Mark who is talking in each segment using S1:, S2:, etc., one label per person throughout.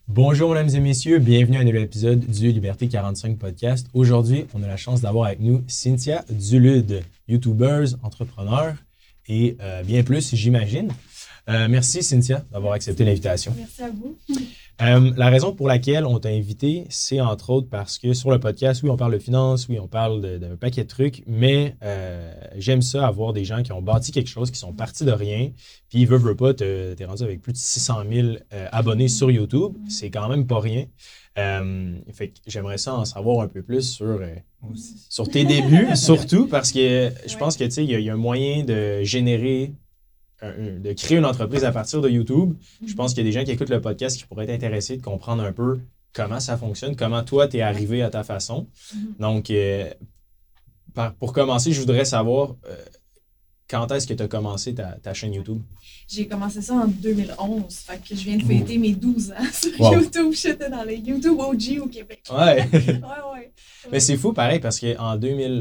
S1: Bonjour mesdames et messieurs, bienvenue à un nouvel épisode du Liberté 45 podcast. Aujourd'hui, on a la chance d'avoir avec nous Cynthia Dulude, YouTubeuse, entrepreneur et bien plus, j'imagine. Merci Cynthia d'avoir accepté l'invitation.
S2: Merci à vous.
S1: La raison pour laquelle on t'a invité, c'est entre autres parce que sur le podcast, oui, on parle de finances, oui, on parle d'un paquet de trucs, mais j'aime ça avoir des gens qui ont bâti quelque chose, qui sont partis de rien, puis veut pas, t'es rendu avec plus de 600 000 abonnés sur YouTube, c'est quand même pas rien. Fait que j'aimerais ça en savoir un peu plus sur tes débuts, surtout parce que je pense que tu sais, il y a un moyen de générer de créer une entreprise à partir de YouTube. Je pense qu'il y a des gens qui écoutent le podcast qui pourraient être intéressés de comprendre un peu comment ça fonctionne, comment toi, tu es arrivé à ta façon. Donc, pour commencer, je voudrais savoir quand est-ce que tu as commencé ta chaîne YouTube?
S2: J'ai commencé ça en 2011, fait que je viens de fêter mes 12 ans sur YouTube. J'étais dans les YouTube OG au Québec.
S1: Ouais.
S2: Ouais.
S1: Mais c'est fou, pareil, parce qu'en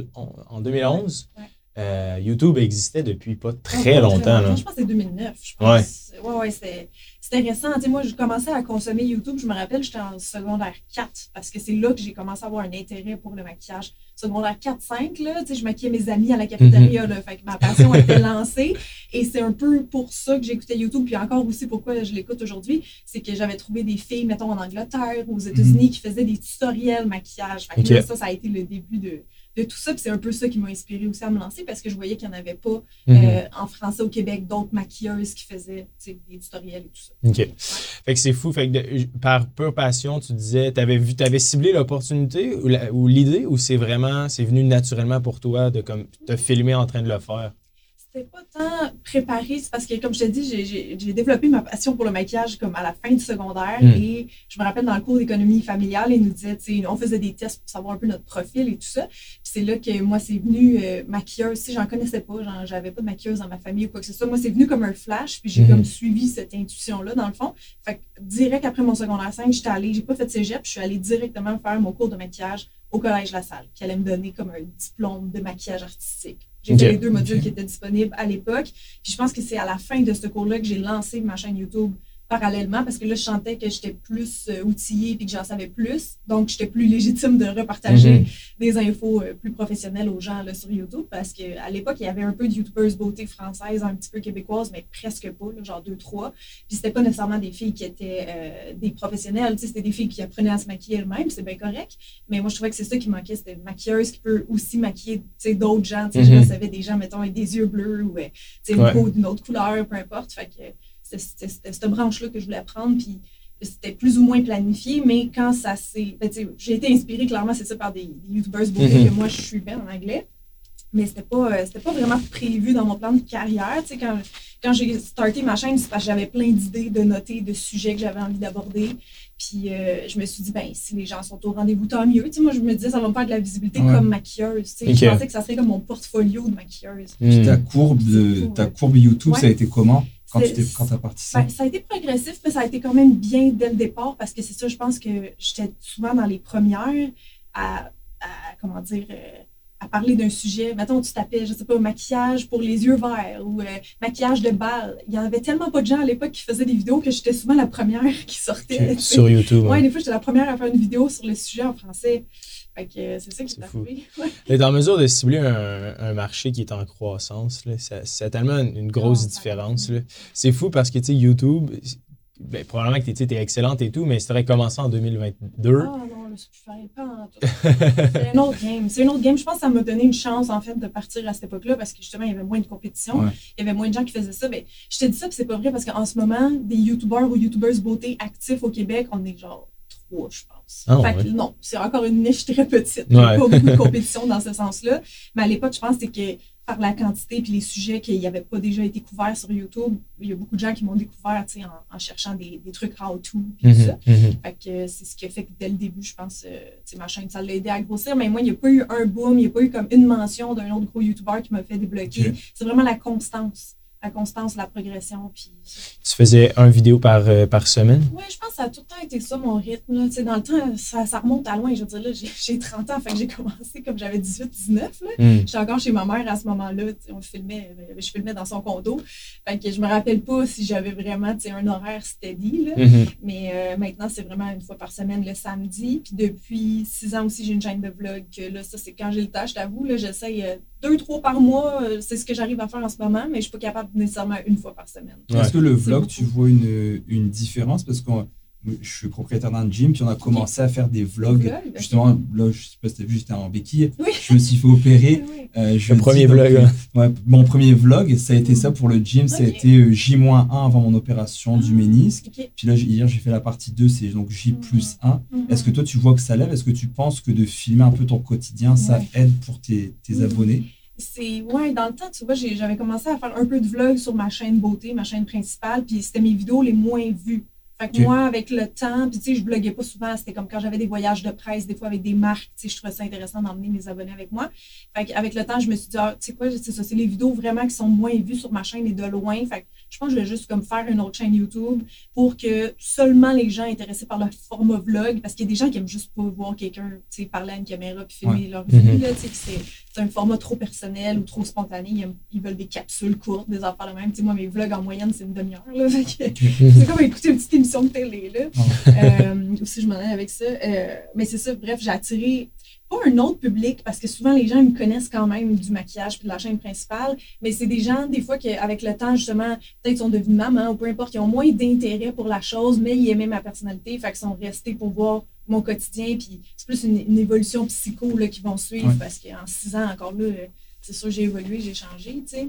S1: 2011, YouTube existait depuis pas très longtemps. Là.
S2: Je pense que c'est 2009. Je pense. Ouais, c'était récent. T'sais, moi, je commençais à consommer YouTube, je me rappelle, j'étais en secondaire 4, parce que c'est là que j'ai commencé à avoir un intérêt pour le maquillage. Secondaire 4-5, là, je maquillais mes amis à la cafétéria, là, fait que ma passion était lancée. Et c'est un peu pour ça que j'écoutais YouTube, puis encore aussi pourquoi je l'écoute aujourd'hui, c'est que j'avais trouvé des filles, mettons, en Angleterre ou aux États-Unis qui faisaient des tutoriels maquillage. Fait que là, ça a été le début de tout ça. Puis c'est un peu ça qui m'a inspiré aussi à me lancer parce que je voyais qu'il n'y en avait pas en français au Québec d'autres maquilleuses qui faisaient des tutoriels et tout ça.
S1: OK. Fait que c'est fou. Fait que par pure passion, tu disais, t'avais ciblé l'opportunité ou l'idée ou c'est venu naturellement pour toi de comme te filmer en train de le faire?
S2: C'était pas tant préparé, c'est parce que, comme je te dis, j'ai développé ma passion pour le maquillage comme à la fin du secondaire et je me rappelle dans le cours d'économie familiale, ils nous disaient, on faisait des tests pour savoir un peu notre profil et tout ça. Puis c'est là que moi, c'est venu maquilleuse, j'en connaissais pas, j'avais pas de maquilleuse dans ma famille ou quoi que ce soit. Moi, c'est venu comme un flash, puis j'ai comme suivi cette intuition-là, dans le fond. Fait que direct après mon secondaire 5, j'ai pas fait de cégep, je suis allée directement faire mon cours de maquillage au Collège La Salle, qui allait me donner comme un diplôme de maquillage artistique. J'ai fait les 2 modules qui étaient disponibles à l'époque. Puis je pense que c'est à la fin de ce cours-là que j'ai lancé ma chaîne YouTube parallèlement parce que là, je sentais que j'étais plus outillée et que j'en savais plus. Donc, j'étais plus légitime de repartager des infos plus professionnelles aux gens là, sur YouTube parce qu'à l'époque, il y avait un peu de YouTubers beauté française, un petit peu québécoise, mais presque pas, là, genre 2-3. Puis c'était pas nécessairement des filles qui étaient des professionnelles. C'était des filles qui apprenaient à se maquiller elles-mêmes, c'est bien correct. Mais moi, je trouvais que c'est ça qui manquait. C'était une maquilleuse qui peut aussi maquiller d'autres gens. Je recevais des gens, mettons, avec des yeux bleus ou une peau d'une autre couleur, peu importe. Fait que c'était cette branche-là que je voulais apprendre, puis c'était plus ou moins planifié, mais quand ça s'est... j'ai été inspirée, clairement, c'est ça, par des YouTubers beauté que moi, je suis belle en anglais, mais c'était pas vraiment prévu dans mon plan de carrière. Quand j'ai starté ma chaîne, c'est parce que j'avais plein d'idées de noter, de sujets que j'avais envie d'aborder, puis je me suis dit, si les gens sont au rendez-vous, tant mieux. Moi, je me disais, ça va me faire de la visibilité comme maquilleuse. Je pensais que ça serait comme mon portfolio de maquilleuse.
S3: Puis ta courbe YouTube, ça a été comment? Quand tu as parti ça?
S2: Ça a été progressif, mais ça a été quand même bien dès le départ parce que c'est ça, je pense que j'étais souvent dans les premières à parler d'un sujet. Mettons, tu tapais, je sais pas, maquillage pour les yeux verts ou maquillage de bal. Il y en avait tellement pas de gens à l'époque qui faisaient des vidéos que j'étais souvent la première qui sortait.
S1: Sur YouTube.
S2: Ouais, des fois, j'étais la première à faire une vidéo sur le sujet en français. Fait que c'est ça qui est arrivé.
S1: Tu es en mesure de cibler un marché qui est en croissance. Là. Ça a tellement une grosse différence. Là. C'est fou parce que YouTube, probablement que tu es excellente et tout, mais si tu aurais commencé en 2022...
S2: Ah non, je ne ferais pas en tout. C'est un autre game. C'est un autre game. Je pense que ça m'a donné une chance en fait de partir à cette époque-là parce que justement, il y avait moins de compétition. Ouais. Il y avait moins de gens qui faisaient ça. Mais je te dis ça, puis c'est pas vrai parce qu'en ce moment, des YouTubeurs ou YouTubeuses beauté actifs au Québec, on est genre 3, je pense. Fait que non, c'est encore une niche très petite. Il n'y a pas beaucoup de compétition dans ce sens-là. Mais à l'époque, je pense que c'est que par la quantité et les sujets qui n'avaient pas déjà été couverts sur YouTube, il y a beaucoup de gens qui m'ont découvert en cherchant des trucs how-to et tout ça. Fait que c'est ce qui a fait que dès le début, je pense, ma chaîne, ça l'a aidé à grossir. Mais moi, il n'y a pas eu un boom, il n'y a pas eu comme une mention d'un autre gros YouTuber qui m'a fait débloquer. C'est vraiment la constance. la constance, la progression. Puis...
S1: Tu faisais une vidéo par semaine?
S2: Oui, je pense que ça a tout le temps été ça, mon rythme. Là. Dans le temps, ça remonte à loin. Je veux dire, là, j'ai 30 ans, fait que j'ai commencé comme j'avais 18-19. J'étais encore chez ma mère à ce moment-là. Je filmais dans son condo. Fait que je me rappelle pas si j'avais vraiment un horaire steady. Là. Mais maintenant, c'est vraiment une fois par semaine le samedi. Puis depuis 6 ans aussi, j'ai une chaîne de vlog. Là, ça, c'est quand j'ai le temps, je t'avoue. J'essaye 2-3 par mois. C'est ce que j'arrive à faire en ce moment, mais je suis pas capable nécessairement une fois par semaine.
S3: Est-ce que le vlog, tu vois une différence? Parce que je suis propriétaire d'un gym, puis on a commencé à faire des vlogs. Justement, là, je sais pas si tu as vu, j'étais en béquille.
S2: Oui.
S3: Je me suis fait opérer.
S1: Le premier vlog.
S3: Mon premier vlog, ça a été ça pour le gym. Ça a été J-1 avant mon opération du ménisque. Puis là, hier, j'ai fait la partie 2, c'est donc J+1. Est-ce que toi, tu vois que ça lève? Est-ce que tu penses que de filmer un peu ton quotidien, ça aide pour tes abonnés?
S2: Dans le temps, tu vois, j'avais commencé à faire un peu de vlog sur ma chaîne beauté, ma chaîne principale, puis c'était mes vidéos les moins vues. Fait que moi, avec le temps, puis tu sais, je bloguais pas souvent, c'était comme quand j'avais des voyages de presse, des fois avec des marques, tu sais, je trouvais ça intéressant d'emmener mes abonnés avec moi. Fait qu'avec le temps, je me suis dit, tu sais quoi, c'est ça, c'est les vidéos vraiment qui sont moins vues sur ma chaîne et de loin. Fait que je pense que je vais juste comme faire une autre chaîne YouTube pour que seulement les gens intéressés par le format vlog, parce qu'il y a des gens qui aiment juste pas voir quelqu'un, tu sais, parler à une caméra puis filmer leur vie, là, tu sais, c'est un format trop personnel ou trop spontané. Ils veulent des capsules courtes, des affaires de même. Tu sais, moi, mes vlogs en moyenne, c'est une demi-heure, là. C'est comme écouter une petite émission de télé, là. Aussi, je m'en allais avec ça. Mais c'est ça, bref, j'ai attiré pas un autre public, parce que souvent, les gens ils me connaissent quand même du maquillage puis de la chaîne principale, mais c'est des gens, des fois, qu'avec le temps, justement, peut-être sont devenus mamans ou peu importe, qui ont moins d'intérêt pour la chose, mais ils aimaient ma personnalité, fait qu'ils sont restés pour voir mon quotidien, puis c'est plus une évolution psycho là, qu'ils vont suivre, parce qu'en 6 ans, encore là, c'est sûr, j'ai évolué, j'ai changé, tu sais.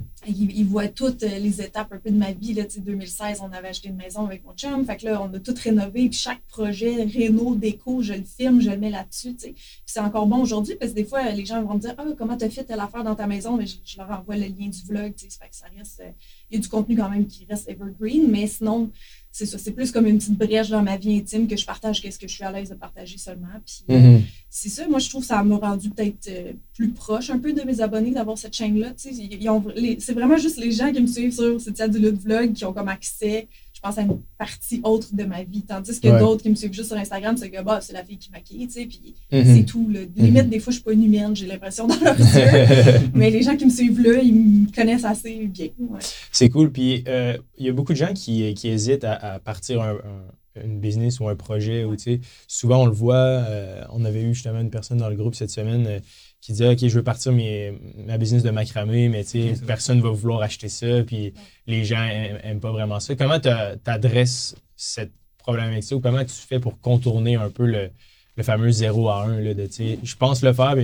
S2: Ils voient toutes les étapes un peu de ma vie, là, tu sais, 2016, on avait acheté une maison avec mon chum, fait que là, on a tout rénové, puis chaque projet, réno, déco, je le filme, je le mets là-dessus, tu sais. Puis c'est encore bon aujourd'hui, parce que des fois, les gens vont me dire « Ah, comment t'as fait telle affaire dans ta maison? » Mais je leur envoie le lien du vlog, tu sais, fait que ça reste... Il y a du contenu quand même qui reste evergreen, mais sinon... C'est ça, c'est plus comme une petite brèche dans ma vie intime que je partage qu'est-ce que je suis à l'aise de partager seulement. Puis c'est ça, moi je trouve que ça m'a rendu peut-être plus proche un peu de mes abonnés d'avoir cette chaîne-là. C'est vraiment juste les gens qui me suivent sur Cynthia Duluth Vlog qui ont comme accès, je pense, à une partie autre de ma vie. Tandis que d'autres qui me suivent juste sur Instagram, c'est que c'est la fille qui maquille, tu sais, puis c'est tout. Là. Limite, des fois, je suis pas une humaine, j'ai l'impression dans leurs yeux. Mais les gens qui me suivent là, ils me connaissent assez bien. Ouais.
S1: C'est cool. Puis il y a beaucoup de gens qui hésitent à partir une business ou un projet. Où, souvent, on le voit. On avait eu justement une personne dans le groupe cette semaine qui disait « OK, je veux partir ma business de macramé, mais personne ne va vouloir acheter ça. Puis les gens n'aiment pas vraiment ça. » Comment tu adresses cette problématique-là ou comment tu fais pour contourner un peu le fameux 0 à 1 là, de je pense le faire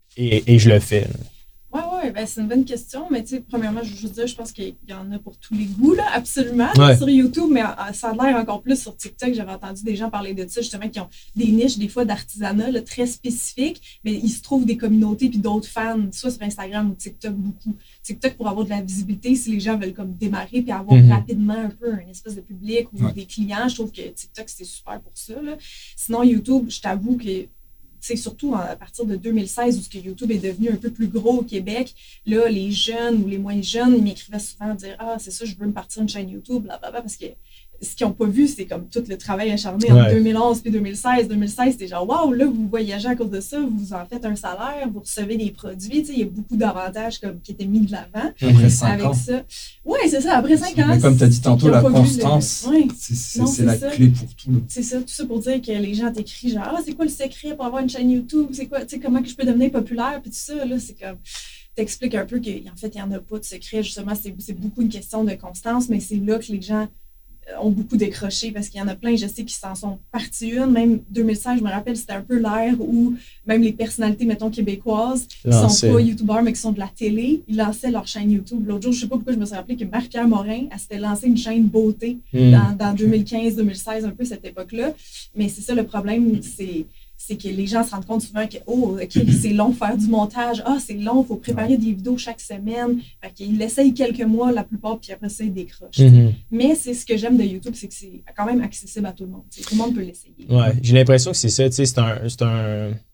S1: et je le fais. Là.
S2: Oui, ben c'est une bonne question, mais tu sais, premièrement, je veux dire, je pense qu'il y en a pour tous les goûts, là, absolument, sur YouTube, mais ça a l'air encore plus sur TikTok. J'avais entendu des gens parler de ça, justement, qui ont des niches, des fois, d'artisanat là, très spécifiques, mais il se trouve des communautés puis d'autres fans, soit sur Instagram ou TikTok, beaucoup. TikTok, pour avoir de la visibilité, si les gens veulent comme démarrer puis avoir rapidement un peu un espèce de public ou des clients, je trouve que TikTok, c'est super pour ça, là. Sinon, YouTube, je t'avoue que c'est surtout à partir de 2016 où ce que YouTube est devenu un peu plus gros au Québec, là, les jeunes ou les moins jeunes, ils m'écrivaient souvent dire « Ah, c'est ça, je veux me partir une chaîne YouTube, blablabla, parce que ce qu'ils n'ont pas vu, c'est comme tout le travail acharné en 2011 puis 2016. 2016, c'était genre « Wow, là, vous voyagez à cause de ça, vous en faites un salaire, vous recevez des produits. » Tu sais, il y a beaucoup d'avantages qui étaient mis de l'avant.
S3: Après 5 ans.
S2: Oui, c'est ça, après 5 ans.
S3: Mais comme tu as dit tantôt, la constance, c'est la clé pour tout. Là.
S2: C'est ça, tout ça pour dire que les gens t'écrivent genre « Ah, c'est quoi le secret pour avoir une chaîne YouTube? C'est quoi, tu sais, comment que je peux devenir populaire? » Puis tout ça, là, c'est comme... T'expliques un peu qu'en fait, il n'y en a pas de secret. Justement, c'est beaucoup une question de constance, mais c'est là que les gens ont beaucoup décroché parce qu'il y en a plein, je sais, qui s'en sont partis une. Même 2016, je me rappelle, c'était un peu l'ère où même les personnalités, mettons, québécoises, qui ne sont pas youtubeurs, mais qui sont de la télé, ils lançaient leur chaîne YouTube. L'autre jour, je ne sais pas pourquoi je me suis rappelé que Marie-Pierre Morin, elle s'était lancée une chaîne beauté dans 2015-2016, un peu cette époque-là. Mais c'est ça le problème, c'est que les gens se rendent compte souvent que c'est long faire du montage, c'est long, il faut préparer des vidéos chaque semaine. Fait qu'ils l'essayent quelques mois la plupart, puis après ça, ils décrochent. Mais c'est ce que j'aime de YouTube, c'est que c'est quand même accessible à tout le monde. Tout le monde peut l'essayer.
S1: Ouais, j'ai l'impression que c'est ça, c'est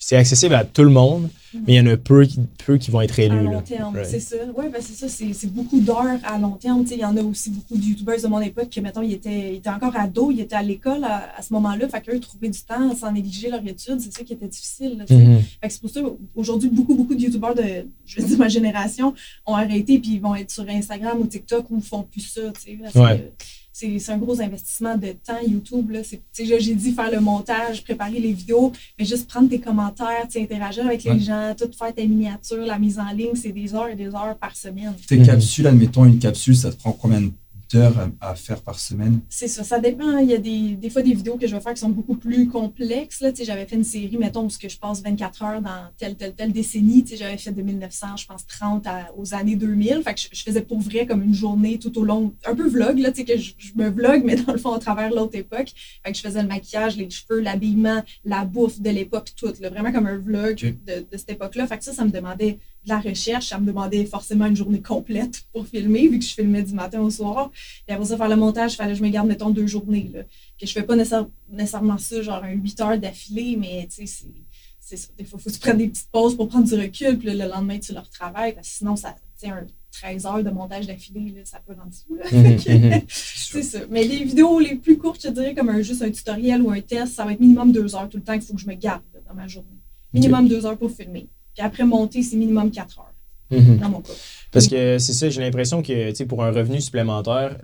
S1: c'est accessible à tout le monde, mais il y en a peu qui vont être élus.
S2: À long terme, c'est ça. Oui, ben c'est ça, c'est beaucoup d'heures à long terme. Il y en a aussi beaucoup de YouTubers de mon époque qui, mettons, ils étaient encore ados, ils étaient à l'école à ce moment-là, fait qu'eux, trouver du temps sans négliger leur étude, c'est ça qui était difficile. Là, fait que c'est pour ça qu'aujourd'hui, beaucoup de YouTubers de, je veux dire, ma génération ont arrêté puis ils vont être sur Instagram ou TikTok ou font plus ça, parce que c'est un gros investissement de temps, YouTube. Là. J'ai dit faire le montage, préparer les vidéos, mais juste prendre tes commentaires, interagir avec les gens, tout faire tes miniatures, la mise en ligne, c'est des heures et des heures par semaine.
S3: Tes capsules, admettons une capsule, ça te prend combien d'heures à faire par semaine?
S2: C'est ça, ça dépend. Il y a des fois des vidéos que je vais faire qui sont beaucoup plus complexes. Là. J'avais fait une série, mettons, où je passe 24 heures dans telle décennie. J'avais fait de 1900, je pense, 30 aux années 2000. Fait que je faisais pour vrai comme une journée tout au long, un peu vlog, là, que je me vlog, mais dans le fond, à travers l'autre époque. Fait que je faisais le maquillage, les cheveux, l'habillement, la bouffe de l'époque, tout. Là, vraiment comme un vlog de cette époque-là. Fait que ça me demandait de la recherche, ça me demandait forcément une journée complète pour filmer, vu que je filmais du matin au soir. Et après ça, faire le montage, il fallait que je me garde, mettons, 2 journées. Là. Que je fais pas nécessairement ça, genre 8 heures d'affilée, mais tu sais, c'est ça. Des fois, il faut que tu prennes des petites pauses pour prendre du recul, puis là, le lendemain, tu le retravailles, parce que sinon, ça, un 13 heures de montage d'affilée, là, ça peut rendre fou. C'est ça. Mais les vidéos les plus courtes, je te dirais, comme juste un tutoriel ou un test, ça va être minimum 2 heures tout le temps qu'il faut que je me garde là, dans ma journée. Minimum 2 heures pour filmer. Puis après, monter, c'est minimum 4 heures, dans mon cas.
S1: Parce que c'est ça, j'ai l'impression que pour un revenu supplémentaire,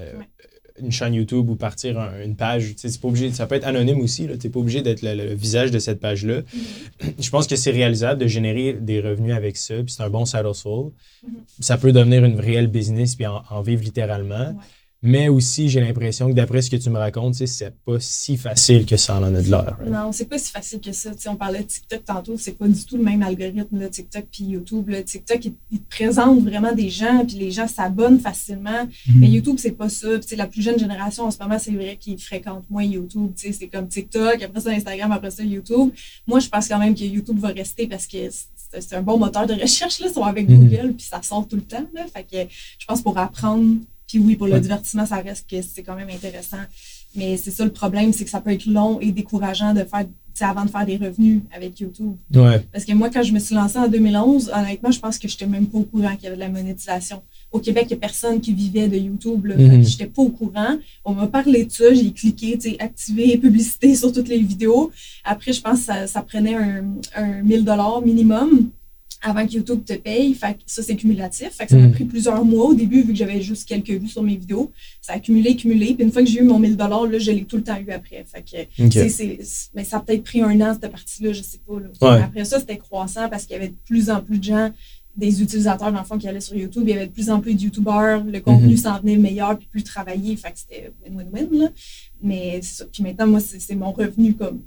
S1: une chaîne YouTube ou partir une page, c'est pas obligé, ça peut être anonyme aussi, tu n'es pas obligé d'être le visage de cette page-là. Je pense que c'est réalisable de générer des revenus avec ça, puis c'est un bon side hustle. Ça peut devenir une réelle business puis en vivre littéralement. Mais aussi, j'ai l'impression que d'après ce que tu me racontes, c'est pas si facile que ça en a de l'air.
S2: Non, c'est pas si facile que ça. On parlait de TikTok tantôt, c'est pas du tout le même algorithme, là, TikTok puis YouTube. Là. TikTok, il te présente vraiment des gens, puis les gens s'abonnent facilement. Mais YouTube, c'est pas ça. Puis, la plus jeune génération, en ce moment, c'est vrai qu'ils fréquentent moins YouTube. C'est comme TikTok, après ça Instagram, après ça YouTube. Moi, je pense quand même que YouTube va rester parce que c'est un bon moteur de recherche. Là. Ils sont avec Google, puis ça sort tout le temps. Là. Fait que je pense pour apprendre. Puis oui, pour le divertissement, ça reste que c'est quand même intéressant. Mais c'est ça le problème, c'est que ça peut être long et décourageant de faire, avant de faire des revenus avec YouTube. Parce que moi, quand je me suis lancée en 2011, honnêtement, je pense que je n'étais même pas au courant qu'il y avait de la monétisation. Au Québec, il n'y a personne qui vivait de YouTube. Je n'étais pas au courant. On m'a parlé de ça, j'ai cliqué, activer publicité sur toutes les vidéos. Après, je pense que ça prenait un 1000 $ minimum avant que YouTube te paye. Fait que ça, c'est cumulatif. Fait que ça m'a pris plusieurs mois au début, vu que j'avais juste quelques vues sur mes vidéos. Ça a cumulé. Puis une fois que j'ai eu mon 1000 $, là, je l'ai tout le temps eu après. Fait que, mais ça a peut-être pris 1 an, cette partie-là, je sais pas. Là. Après ça, c'était croissant parce qu'il y avait de plus en plus de gens, des utilisateurs, dans le fond, qui allaient sur YouTube. Il y avait de plus en plus de YouTubers. Le contenu s'en venait meilleur puis plus travaillé. Fait que c'était win-win-win, là. Mais c'est ça. Puis maintenant, moi, c'est mon revenu comme,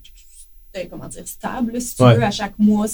S2: stable, là, si tu veux. À chaque mois,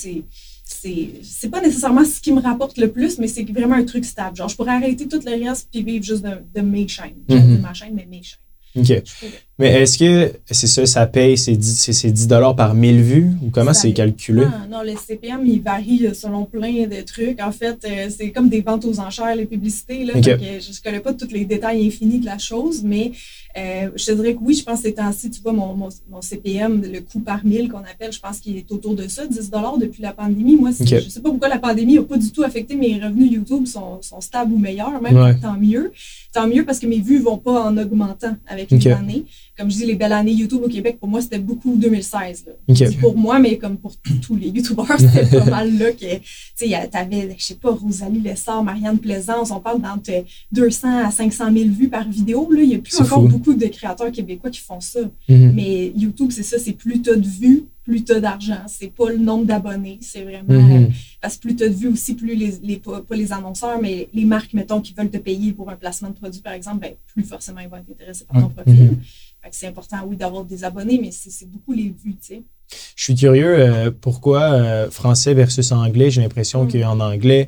S2: c'est pas nécessairement ce qui me rapporte le plus, mais c'est vraiment un truc stable. Genre, je pourrais arrêter tout le reste puis vivre juste de mes chaînes. De ma chaîne, mais mes chaînes.
S1: OK. Mais est-ce que c'est ça paye, c'est 10 $ par 1000 vues ou comment c'est calculé?
S2: Non, le CPM, il varie selon plein de trucs. En fait, c'est comme des ventes aux enchères, les publicités. Là, donc, je ne connais pas tous les détails infinis de la chose, mais je te dirais que oui, je pense que ces temps-ci, tu vois, mon CPM, le coût par 1000 qu'on appelle, je pense qu'il est autour de ça, 10 $ depuis la pandémie. Moi, je ne sais pas pourquoi la pandémie n'a pas du tout affecté mes revenus YouTube, sont stables ou meilleurs, même, tant mieux. Tant mieux parce que mes vues ne vont pas en augmentant avec les années. Comme je dis, les belles années YouTube au Québec, pour moi, c'était beaucoup 2016. Là. Pour moi, mais comme pour tous les YouTubeurs, c'était pas mal là que, tu sais, t'avais, je sais pas, Rosalie Lessard, Marianne Plaisance, on parle d'entre 200 à 500 000 vues par vidéo. Là, il n'y a plus encore beaucoup de créateurs québécois qui font ça. Mais YouTube, c'est ça, c'est plus t'as de vues, plus t'as d'argent. C'est pas le nombre d'abonnés, c'est vraiment... parce que plus t'as de vues aussi, plus pas les annonceurs, mais les marques, mettons, qui veulent te payer pour un placement de produit, par exemple, ben, plus forcément ils vont être intéressés par ton profil. Fait que c'est important, oui, d'avoir des abonnés, mais c'est beaucoup les vues, tu sais.
S1: Je suis curieux, pourquoi français versus anglais? J'ai l'impression qu'en anglais,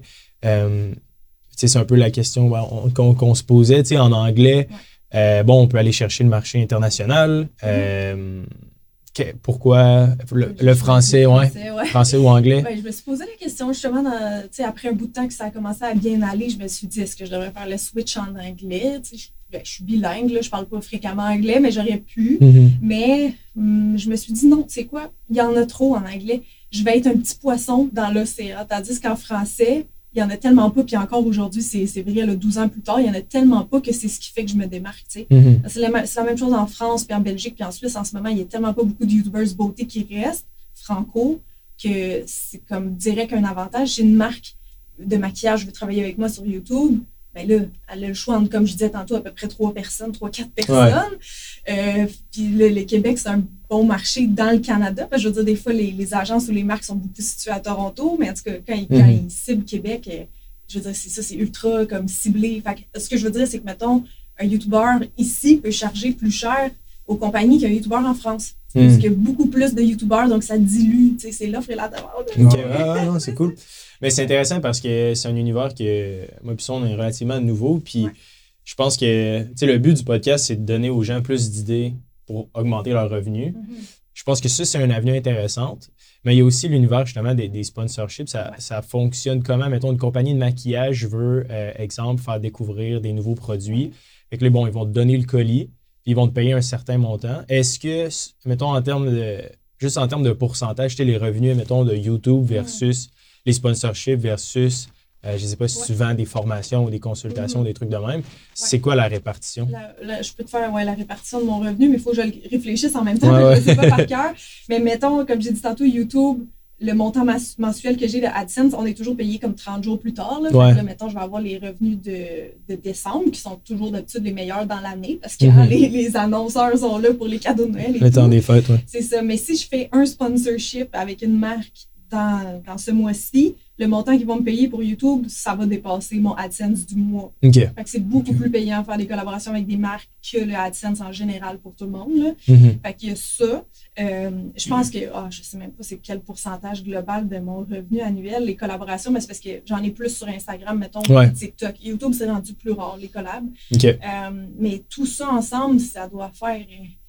S1: c'est un peu la question qu'on se posait. Tu sais, en anglais, on peut aller chercher le marché international. Pourquoi le français, français ou anglais?
S2: Je me suis posé la question justement, après un bout de temps que ça a commencé à bien aller, je me suis dit, est-ce que je devrais faire le switch en anglais? Je suis bilingue, là, je parle pas fréquemment anglais, mais j'aurais pu. Mais je me suis dit, non, tu sais quoi, il y en a trop en anglais. je vais être un petit poisson dans l'océan. Tandis qu'en français, il y en a tellement pas, puis encore aujourd'hui, c'est vrai, là, 12 ans plus tard, il y en a tellement pas que c'est ce qui fait que je me démarque, tu sais. C'est la même chose en France, puis en Belgique, puis en Suisse, en ce moment, il y a tellement pas beaucoup de YouTubers beauté qui restent, franco, que c'est comme direct un avantage. J'ai une marque de maquillage, veut travailler avec moi sur YouTube, ben là, elle a le choix entre, comme je disais tantôt, à peu près 3-4 personnes. Puis le Québec, c'est un bon marché dans le Canada. Parce que je veux dire, des fois, les agences ou les marques sont beaucoup situées à Toronto, mais en tout cas, quand ils ciblent Québec, je veux dire, c'est ultra comme ciblé. Fait que, ce que je veux dire, c'est que, mettons, un YouTuber ici peut charger plus cher aux compagnies qu'un YouTuber en France. Parce qu'il y a beaucoup plus de YouTubers, donc ça dilue, tu sais, c'est l'offre et la demande.
S1: OK, non, c'est cool. Mais c'est intéressant parce que c'est un univers que moi et on est relativement nouveau. Puis je pense que le but du podcast, c'est de donner aux gens plus d'idées pour augmenter leurs revenus. Je pense que ça, c'est une avenue intéressante. Mais il y a aussi l'univers justement des sponsorships. Ça fonctionne comment? Mettons, une compagnie de maquillage veut, exemple, faire découvrir des nouveaux produits. Fait que là, bon, ils vont te donner le colis, puis ils vont te payer un certain montant. Est-ce que, mettons, en termes de pourcentage, les revenus, mettons, de YouTube versus les sponsorships versus, je ne sais pas si tu vends des formations ou des consultations, des trucs de même, c'est quoi la répartition?
S2: Je peux te faire la répartition de mon revenu, mais il faut que je le réfléchisse en même temps, je ne sais pas par cœur. Mais mettons, comme j'ai dit tantôt, YouTube, le montant mensuel que j'ai de AdSense, on est toujours payé comme 30 jours plus tard. Là. Là, mettons, je vais avoir les revenus de décembre, qui sont toujours d'habitude les meilleurs dans l'année, parce que les annonceurs sont là pour les cadeaux de Noël et
S1: le temps des fêtes,
S2: C'est ça. Mais si je fais un sponsorship avec une marque dans ce mois-ci, le montant qu'ils vont me payer pour YouTube, ça va dépasser mon AdSense du mois. Fait que c'est beaucoup plus payant faire des collaborations avec des marques que le AdSense en général pour tout le monde. Là. Fait qu'il y a ça. Je pense que, je sais même pas c'est quel pourcentage global de mon revenu annuel, les collaborations, mais c'est parce que j'en ai plus sur Instagram, mettons, TikTok. YouTube, c'est rendu plus rare, les collabs. Mais tout ça ensemble, ça doit faire,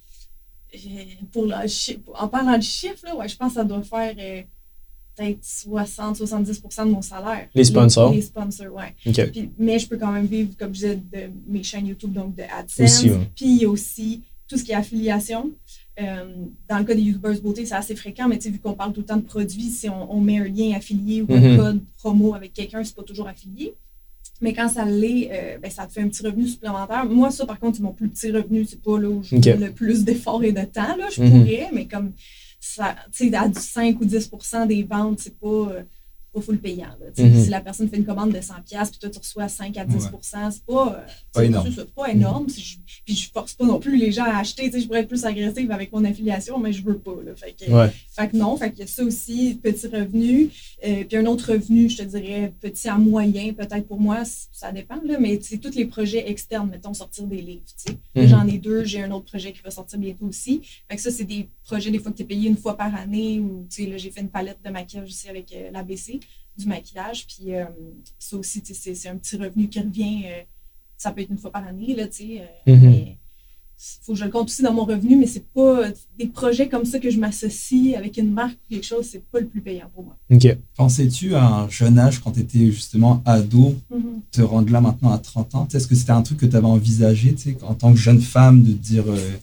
S2: en parlant de chiffres, là, je pense que ça doit faire peut-être 60-70% de mon salaire.
S1: Les sponsors?
S2: Les sponsors, Puis, mais je peux quand même vivre, comme je disais, de mes chaînes YouTube, donc de AdSense.
S1: Aussi,
S2: Puis il y a aussi tout ce qui est affiliation. Dans le cas des YouTubers beauté, c'est assez fréquent, mais vu qu'on parle tout le temps de produits, si on met un lien affilié ou un code promo avec quelqu'un, c'est pas toujours affilié. Mais quand ça l'est, ça te fait un petit revenu supplémentaire. Moi, ça, par contre, c'est mon plus petit revenu. C'est pas là où je mets le plus d'efforts et de temps. Là, je pourrais, mais comme ça, tu sais, à du 5 ou 10% des ventes, c'est pas full payant. Si la personne fait une commande de 100$, puis toi, tu reçois 5 à 10%, c'est pas
S3: énorme.
S2: C'est pas énorme. Puis je force pas non plus les gens à acheter. Je pourrais être plus agressive avec mon affiliation, mais je veux pas. Là. Fait que non, fait qu'il y a ça aussi, petit revenu. Puis un autre revenu, je te dirais, petit à moyen, peut-être pour moi, ça dépend, là, mais c'est tous les projets externes, mettons, sortir des livres. J'en ai 2, j'ai un autre projet qui va sortir bientôt aussi. Fait que ça, c'est des projets, des fois, que tu es payé une fois par année, ou là, j'ai fait une palette de maquillage aussi avec l'ABC, du maquillage. Puis ça aussi, c'est un petit revenu qui revient, ça peut être une fois par année, là, mais il faut que je le compte aussi dans mon revenu, mais c'est pas des projets comme ça que je m'associe avec une marque ou quelque chose, c'est pas le plus payant pour moi.
S3: Pensais-tu à un jeune âge, quand tu étais justement ado, te rendre là maintenant à 30 ans? Est-ce que c'était un truc que tu avais envisagé en tant que jeune femme de te dire...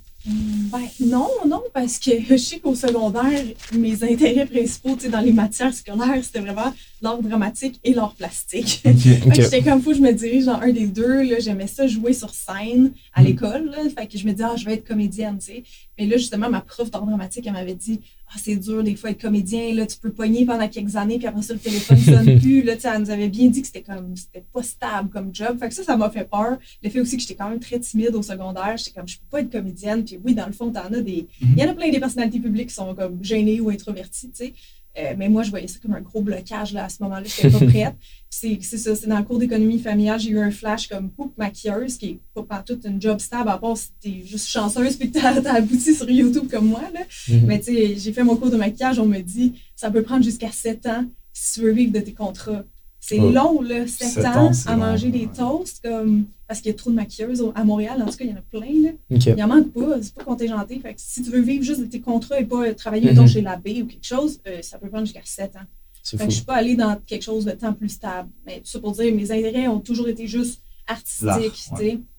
S2: Non, parce que je sais qu'au secondaire, mes intérêts principaux dans les matières scolaires, c'était vraiment l'art dramatique et l'art plastique. J'étais comme fou, je me dirige dans un des deux. Là, j'aimais ça jouer sur scène à l'école. Là, fait que je me disais, je vais être comédienne. T'sais. Mais là, justement, ma prof d'art dramatique, elle m'avait dit, c'est dur des fois être comédien. Là, tu peux pogner pendant quelques années, puis après ça, le téléphone ne sonne plus. Là, elle nous avait bien dit que c'était pas stable comme job. Fait que ça m'a fait peur. Le fait aussi que j'étais quand même très timide au secondaire. J'étais comme, je peux pas être comédienne. Puis oui, dans le fond, il y en a plein des personnalités publiques qui sont comme gênées ou introverties, tu sais. Mais moi, je voyais ça comme un gros blocage là, à ce moment-là. Je n'étais pas prête. C'est ça, c'est dans le cours d'économie familiale, j'ai eu un flash comme maquilleuse, qui n'est pas partout une job stable, à part si tu es juste chanceuse et que tu as abouti sur YouTube comme moi. Là. Mais tu sais, j'ai fait mon cours de maquillage, on me dit ça peut prendre jusqu'à 7 ans si tu veux vivre de tes contrats. C'est long, là, 7 ans à manger des toasts, comme, parce qu'il y a trop de maquilleuses à Montréal. En tout cas, il y en a plein. Là. Il en manque pas, c'est pas contingenté. Fait que si tu veux vivre juste de tes contrats et pas travailler mettons, chez la baie ou quelque chose, ça peut prendre jusqu'à 7 ans. Fait que je suis pas allée dans quelque chose de temps plus stable. Mais tout ça pour dire, mes intérêts ont toujours été juste artistiques.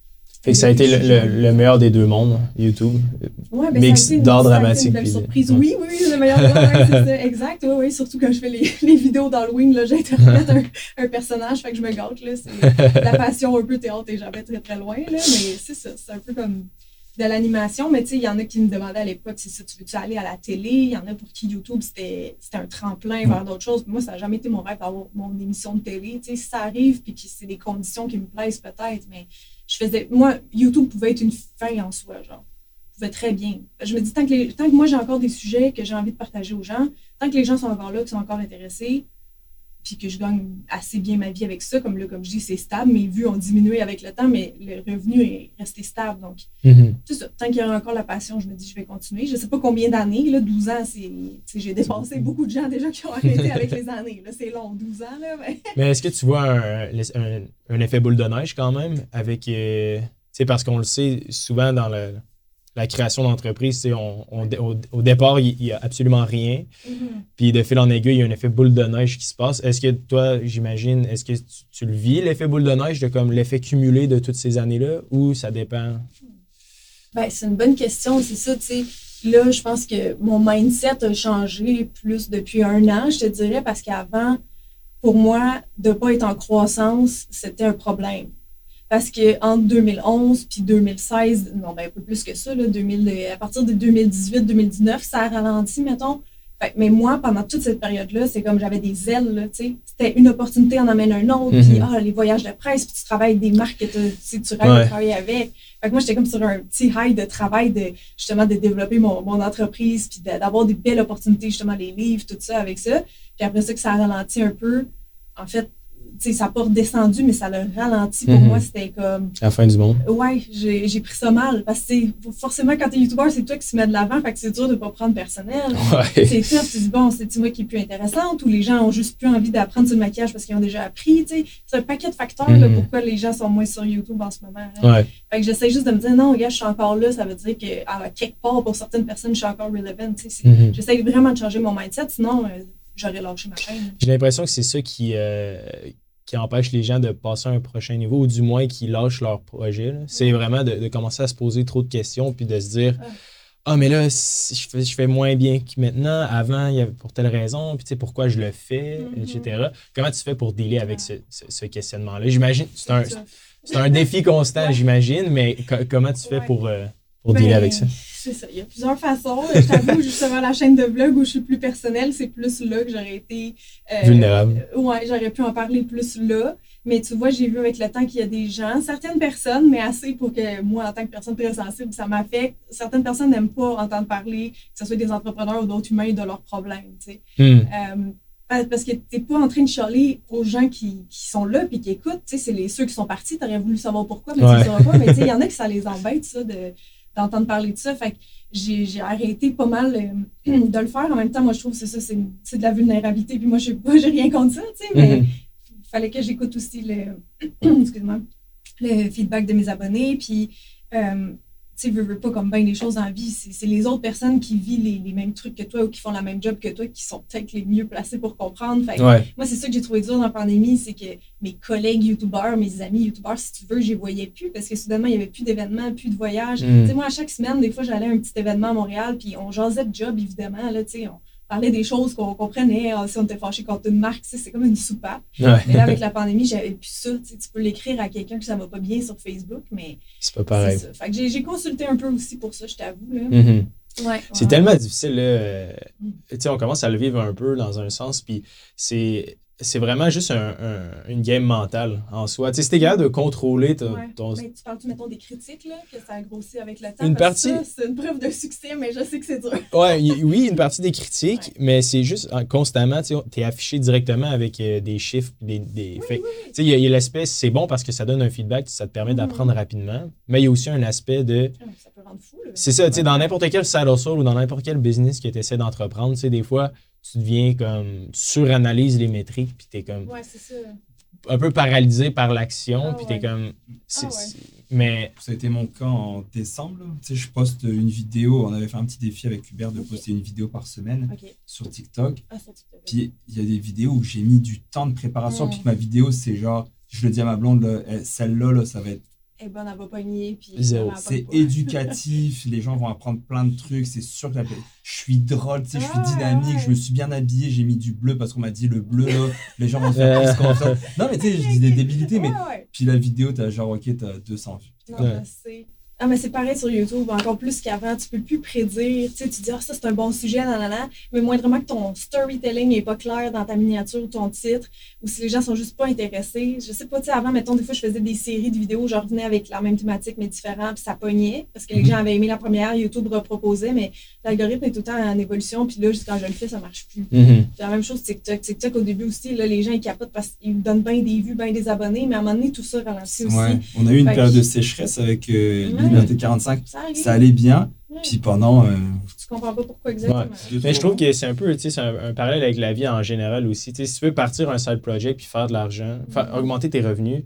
S1: Fait que ça a été le meilleur des deux mondes, YouTube.
S2: Ouais,
S1: mix d'art dramatique.
S2: C'est une belle surprise. Oui, le meilleur des mondes, c'est ça, exact. Oui, surtout quand je fais les vidéos d'Halloween, là, j'interprète un personnage, fait que je me gâte, là. C'est la passion un peu théâtre et jamais très très loin, là. Mais c'est ça, c'est un peu comme de l'animation. Mais tu sais, il y en a qui me demandaient à l'époque, c'est ça, tu veux-tu aller à la télé? Il y en a pour qui YouTube, c'était un tremplin vers d'autres choses. Moi, ça n'a jamais été mon rêve d'avoir mon émission de télé. Tu sais, si ça arrive, puis que c'est des conditions qui me plaisent peut-être, mais moi, YouTube pouvait être une fin en soi, genre. Pouvait très bien. Je me dis, tant que moi, j'ai encore des sujets que j'ai envie de partager aux gens, tant que les gens sont encore là, qui sont encore intéressés, puis que je gagne assez bien ma vie avec ça, comme je dis, c'est stable, mes vues ont diminué avec le temps, mais le revenu est resté stable. Donc, c'est ça. Tant qu'il y aura encore la passion, je me dis, je vais continuer. Je ne sais pas combien d'années, là, 12 ans, j'ai dépassé beaucoup de gens déjà qui ont arrêté avec les années. Là, c'est long, 12 ans. Là,
S1: mais est-ce que tu vois un effet boule de neige quand même avec... parce qu'on le sait, souvent dans la création d'entreprise, au départ, il n'y a absolument rien. Puis de fil en aiguille, il y a un effet boule de neige qui se passe. Est-ce que toi, j'imagine, est-ce que tu le vis, l'effet boule de neige, de comme l'effet cumulé de toutes ces années-là, ou ça dépend?
S2: Ben, c'est une bonne question, c'est ça, tu sais. Là, je pense que mon mindset a changé plus depuis 1 an, je te dirais, parce qu'avant, pour moi, de ne pas être en croissance, c'était un problème. Parce qu'entre 2011 puis 2016, non, ben un peu plus que ça, là, à partir de 2018-2019, ça a ralenti, mettons. Mais moi, pendant toute cette période-là, c'est comme j'avais des ailes, là, tu sais. C'était une opportunité en amène un autre, puis les voyages de presse, puis tu travailles avec des marques que tu rêves de travailler avec. Fait que moi, j'étais comme sur un petit high de travail, justement, de développer mon entreprise, puis d'avoir des belles opportunités, justement, les livres, tout ça, avec ça. Puis après ça, que ça a ralenti un peu, en fait, tu sais, ça n'a pas redescendu, mais ça l'a ralenti. Pour moi, c'était comme...
S1: La fin du monde.
S2: Ouais, j'ai pris ça mal. Parce que forcément, quand t'es YouTuber, c'est toi qui se mets de l'avant, fait que c'est dur de ne pas prendre personnel.
S1: Ouais.
S2: C'est tough, tu dis, bon, c'est moi qui est plus intéressante, ou les gens ont juste plus envie d'apprendre sur le maquillage parce qu'ils ont déjà appris, tu sais. C'est un paquet de facteurs, là, pourquoi les gens sont moins sur YouTube en ce moment. Hein.
S1: Ouais.
S2: Fait que j'essaie juste de me dire, non, regarde, je suis encore là, ça veut dire qu'à quelque part, pour certaines personnes, je suis encore relevant, tu sais. J'essaie vraiment de changer mon mindset, sinon, j'aurais lâché ma chaîne.
S1: J'ai l'impression que c'est ça qui empêche les gens de passer à un prochain niveau, ou du moins qui lâchent leur projet. C'est vraiment de commencer à se poser trop de questions, puis de se dire mais là, je fais moins bien que maintenant. Avant, il y avait pour telle raison, puis tu sais, pourquoi je le fais, etc. Comment tu fais pour dealer avec ce questionnement-là? J'imagine, c'est un défi constant, j'imagine, mais comment tu fais pour dealer avec ça?
S2: C'est ça, il y a plusieurs façons. Je t'avoue, justement, la chaîne de vlog où je suis plus personnelle, c'est plus là que j'aurais été...
S1: vulnérable.
S2: Ouais, j'aurais pu en parler plus là. Mais tu vois, j'ai vu avec le temps qu'il y a des gens, certaines personnes, mais assez pour que moi, en tant que personne très sensible, ça m'affecte. Certaines personnes n'aiment pas entendre parler, que ce soit des entrepreneurs ou d'autres humains, de leurs problèmes, tu sais. Parce que t'es pas en train de chialer aux gens qui sont là puis qui écoutent. Tu sais, c'est ceux qui sont partis, t'aurais voulu savoir pourquoi, mais tu ne sauras pas. Mais tu sais, il y en a qui ça les embête, ça, d'entendre parler de ça. Fait que j'ai arrêté pas mal de le faire. En même temps, moi, je trouve que c'est ça, c'est de la vulnérabilité. Puis moi, j'ai rien contre ça, tu sais, mais il fallait que j'écoute aussi le feedback de mes abonnés. Puis, tu sais, veux pas comme bien des choses dans la vie. C'est les autres personnes qui vivent les mêmes trucs que toi ou qui font la même job que toi qui sont peut-être les mieux placés pour comprendre. Fait que moi, c'est ça que j'ai trouvé dur dans la pandémie, c'est que mes collègues youtubeurs, mes amis youtubeurs, si tu veux, je les voyais plus parce que soudainement, il n'y avait plus d'événements, plus de voyages. Tu sais, moi, à chaque semaine, des fois, j'allais à un petit événement à Montréal, puis on jasait de job, évidemment, là, tu sais, on parlait des choses qu'on comprenait, si on était fâché contre une marque, c'est comme une soupape. Mais là, avec la pandémie, j'avais plus ça. Tu peux l'écrire à quelqu'un que ça va pas bien sur Facebook, mais
S1: c'est pas pareil.
S2: C'est ça. Fait que j'ai consulté un peu aussi pour ça, je t'avoue. Là.
S1: C'est tellement difficile. Là. Tu sais, on commence à le vivre un peu dans un sens, puis c'est vraiment juste une game mentale en soi. Tu sais, si t'es capable de contrôler ton...
S2: Mais tu parles-tu, mettons, des critiques, là, que ça a grossi avec le temps?
S1: Une partie...
S2: Ça, c'est une preuve de succès, mais je sais que c'est dur.
S1: Oui, une partie des critiques, mais c'est juste constamment, tu sais, t'es affiché directement avec des chiffres, des faits. Tu sais, il y a l'aspect, c'est bon parce que ça donne un feedback, ça te permet d'apprendre rapidement, mais il y a aussi un aspect de...
S2: Ça peut rendre fou, là.
S1: C'est ça, tu sais, dans n'importe quel side hustle ou dans n'importe quel business que tu essaies d'entreprendre, tu sais, des fois... tu deviens comme, tu suranalyses les métriques, puis t'es comme
S2: c'est ça.
S1: un peu paralysé par l'action, puis t'es comme... Mais...
S3: Ça a été mon cas en décembre. Tu sais, je poste une vidéo, on avait fait un petit défi avec Hubert de poster une vidéo par semaine sur TikTok.
S2: Sur TikTok.
S3: Puis il y a des vidéos où j'ai mis du temps de préparation, puis ma vidéo, c'est genre, je le dis à ma blonde, celle-là, là, ça va être
S2: elle est bonne, elle va pogner. Puis
S1: Zéro.
S3: C'est éducatif, les gens vont apprendre plein de trucs, c'est sûr que je suis drôle, tu sais, je suis dynamique, je me suis bien habillé, j'ai mis du bleu parce qu'on m'a dit le bleu, là, les gens vont se faire plus confiance. Non, mais tu sais, je dis des débilités, mais puis la vidéo, t'as genre, ok, t'as 200 vues.
S2: Non, c'est... Ah, mais c'est pareil sur YouTube, encore plus qu'avant, tu peux plus prédire, tu sais, tu dis, ah, ça c'est un bon sujet, nanana, mais moindrement que ton storytelling n'est pas clair dans ta miniature ou ton titre, ou si les gens sont juste pas intéressés. Je sais pas, tu sais, avant, mettons, des fois, je faisais des séries de vidéos, je revenais avec la même thématique, mais différent, puis ça pognait, parce que les gens avaient aimé la première, YouTube reproposait, mais l'algorithme est tout le temps en évolution, puis là, juste quand je le fais, ça marche plus. Puis la même chose, TikTok. TikTok, au début aussi, là, les gens, ils capotent parce qu'ils donnent bien des vues, bien des abonnés, mais à un moment donné, tout ça ralentit aussi.
S3: Ouais. On a eu une période de sécheresse avec Liberté 45, ça allait bien, puis pendant...
S2: Tu comprends pas pourquoi exactement.
S1: Ouais. Mais je trouve que c'est un peu, tu sais, c'est un parallèle avec la vie en général aussi. Tu sais, si tu veux partir un side project puis faire de l'argent, augmenter tes revenus,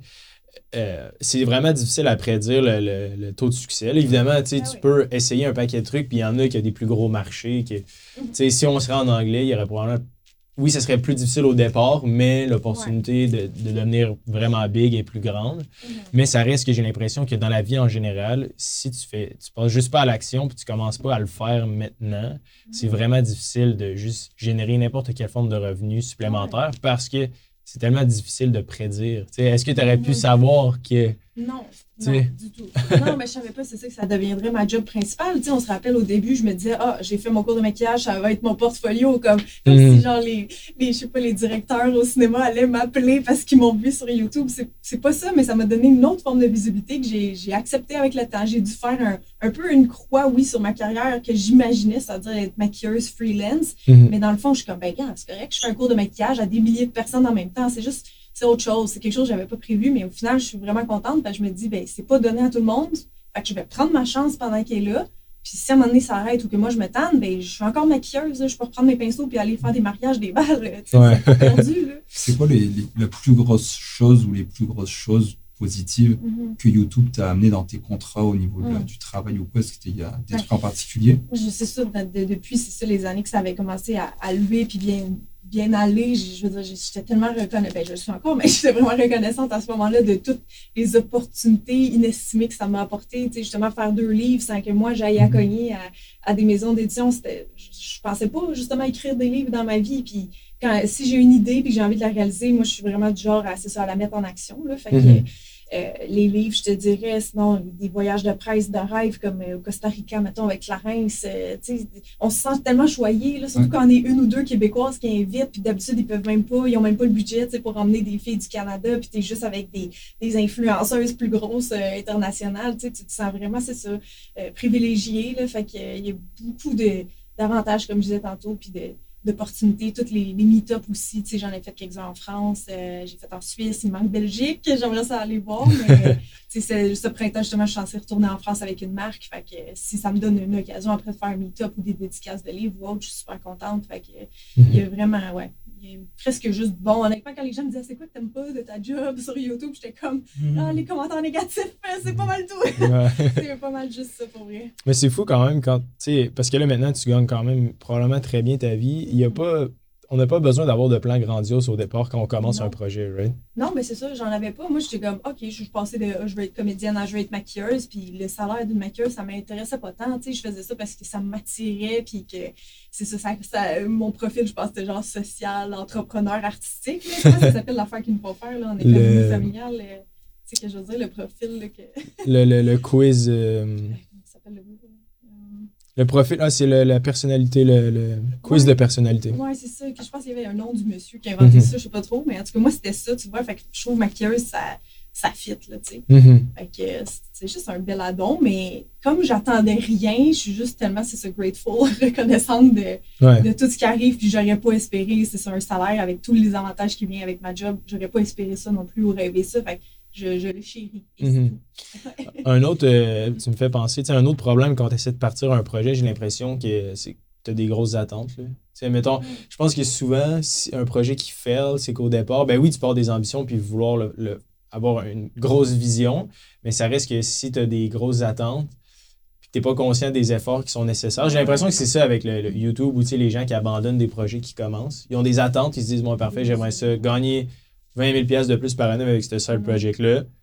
S1: c'est vraiment difficile à prédire le taux de succès. Là, évidemment, tu peux essayer un paquet de trucs, puis il y en a qui ont des plus gros marchés. Tu sais, si on serait en anglais, il y aurait probablement... Oui, ça serait plus difficile au départ, mais l'opportunité de devenir vraiment big est plus grande. Mais ça reste que j'ai l'impression que dans la vie en général, si tu passes juste pas à l'action puis tu commences pas à le faire maintenant, c'est vraiment difficile de juste générer n'importe quelle forme de revenu supplémentaire parce que c'est tellement difficile de prédire. T'sais, est-ce que tu aurais pu savoir que...
S2: Non, du tout. Non, mais je savais pas, c'est ça que ça deviendrait ma job principale. Tu sais, on se rappelle au début, je me disais, j'ai fait mon cours de maquillage, ça va être mon portfolio, comme si genre je sais pas, les directeurs au cinéma allaient m'appeler parce qu'ils m'ont vu sur YouTube. C'est pas ça, mais ça m'a donné une autre forme de visibilité que j'ai acceptée avec le temps. J'ai dû faire un peu une croix, oui, sur ma carrière que j'imaginais, c'est-à-dire être maquilleuse freelance. Mais dans le fond, je suis comme, ben, c'est correct, je fais un cours de maquillage à des milliers de personnes en même temps. C'est autre chose. C'est quelque chose que j'avais pas prévu, mais au final, je suis vraiment contente parce que je me dis, ben, c'est pas donné à tout le monde. Fait que je vais prendre ma chance pendant qu'elle est là. Puis si à un moment donné, ça arrête ou que moi, je me tanne, ben, je suis encore maquilleuse. Là. Je peux reprendre mes pinceaux puis aller faire des mariages, des balles. C'est pas perdu. Là.
S3: C'est quoi la plus grosse chose ou les plus grosses choses positives que YouTube t'a amené dans tes contrats au niveau du travail ou quoi? Est-ce qu'il y a des trucs en particulier?
S2: Je sais ça. Depuis, c'est ça, les années que ça avait commencé à lever puis bien aller, je veux dire, j'étais tellement reconnaissante, ben je le suis encore, mais j'étais vraiment reconnaissante à ce moment-là de toutes les opportunités inestimées que ça m'a apporté, tu sais, justement faire 2 livres sans que moi j'aille à cogner à des maisons d'édition, je pensais pas justement écrire des livres dans ma vie, puis si j'ai une idée puis que j'ai envie de la réaliser, moi je suis vraiment du genre à la mettre en action, là, fait que les livres, je te dirais, sinon, des voyages de presse de rêve comme au Costa Rica, mettons, avec Clarence, on se sent tellement choyé, là, surtout quand on est 1 ou 2 Québécoises qui invitent, puis d'habitude, ils n'ont même pas le budget pour emmener des filles du Canada, puis t'es juste avec des influenceuses plus grosses internationales, tu te sens vraiment, c'est ça, privilégié, là, fait qu'il y a beaucoup d'avantages, comme je disais tantôt, puis d'opportunités, toutes les meet-ups aussi, tu sais, j'en ai fait quelques-uns en France, j'ai fait en Suisse, il manque Belgique, j'aimerais ça aller voir, mais tu sais, ce printemps, justement, je suis censée retourner en France avec une marque, fait que si ça me donne une occasion après de faire un meet-up ou des dédicaces de livres ou autre, je suis super contente, fait que il y a vraiment, il y a presque juste bon. Honnêtement, quand les gens me disaient, c'est quoi que t'aimes pas de ta job sur YouTube, j'étais comme, les commentaires négatifs, c'est pas mal tout. C'est pas mal juste ça pour vrai.
S1: Mais c'est fou quand même quand, tu sais, parce que là maintenant, tu gagnes quand même probablement très bien ta vie. On n'a pas besoin d'avoir de plan grandiose au départ quand on commence un projet, right?
S2: Non, mais c'est ça, j'en avais pas. Moi, j'étais comme, OK, je passais de je veux être comédienne à je veux être maquilleuse, puis le salaire d'une maquilleuse, ça m'intéressait pas tant. Tu sais, je faisais ça parce que ça m'attirait, puis que c'est ça, mon profil, je pense, c'était genre social, entrepreneur, artistique. Là. Je sais pas si ça s'appelle l'affaire qu'il nous faut faire là, en économie familiale. Tu sais, que je veux dire, le profil. Là,
S1: le quiz.
S2: Ça s'appelle
S1: le profil, c'est la personnalité, le quiz de personnalité.
S2: Oui, c'est ça. Je pense qu'il y avait un nom du monsieur qui a inventé ça, je sais pas trop, mais en tout cas, moi, c'était ça, tu vois. Fait que je trouve maquilleuse, ça fit, là, tu sais. Fait que c'est juste un bel addon, mais comme j'attendais rien, je suis juste tellement, c'est ça, grateful, reconnaissante de tout ce qui arrive, puis j'aurais pas espéré, c'est ça, un salaire avec tous les avantages qui viennent avec ma job, j'aurais pas espéré ça non plus ou rêvé ça, fait que je le chéris.
S1: Un autre, tu me fais penser, un autre problème quand tu essaies de partir un projet, j'ai l'impression que tu as des grosses attentes. Mettons, je pense que souvent, si un projet qui fail, c'est qu'au départ, ben oui, tu pars des ambitions puis vouloir avoir une grosse vision, mais ça reste que si tu as des grosses attentes, puis tu n'es pas conscient des efforts qui sont nécessaires. J'ai l'impression que c'est ça avec le YouTube où les gens qui abandonnent des projets qui commencent. Ils ont des attentes, ils se disent, bon, parfait, j'aimerais ça gagner 20 000 $ de plus par année avec ce side project-là.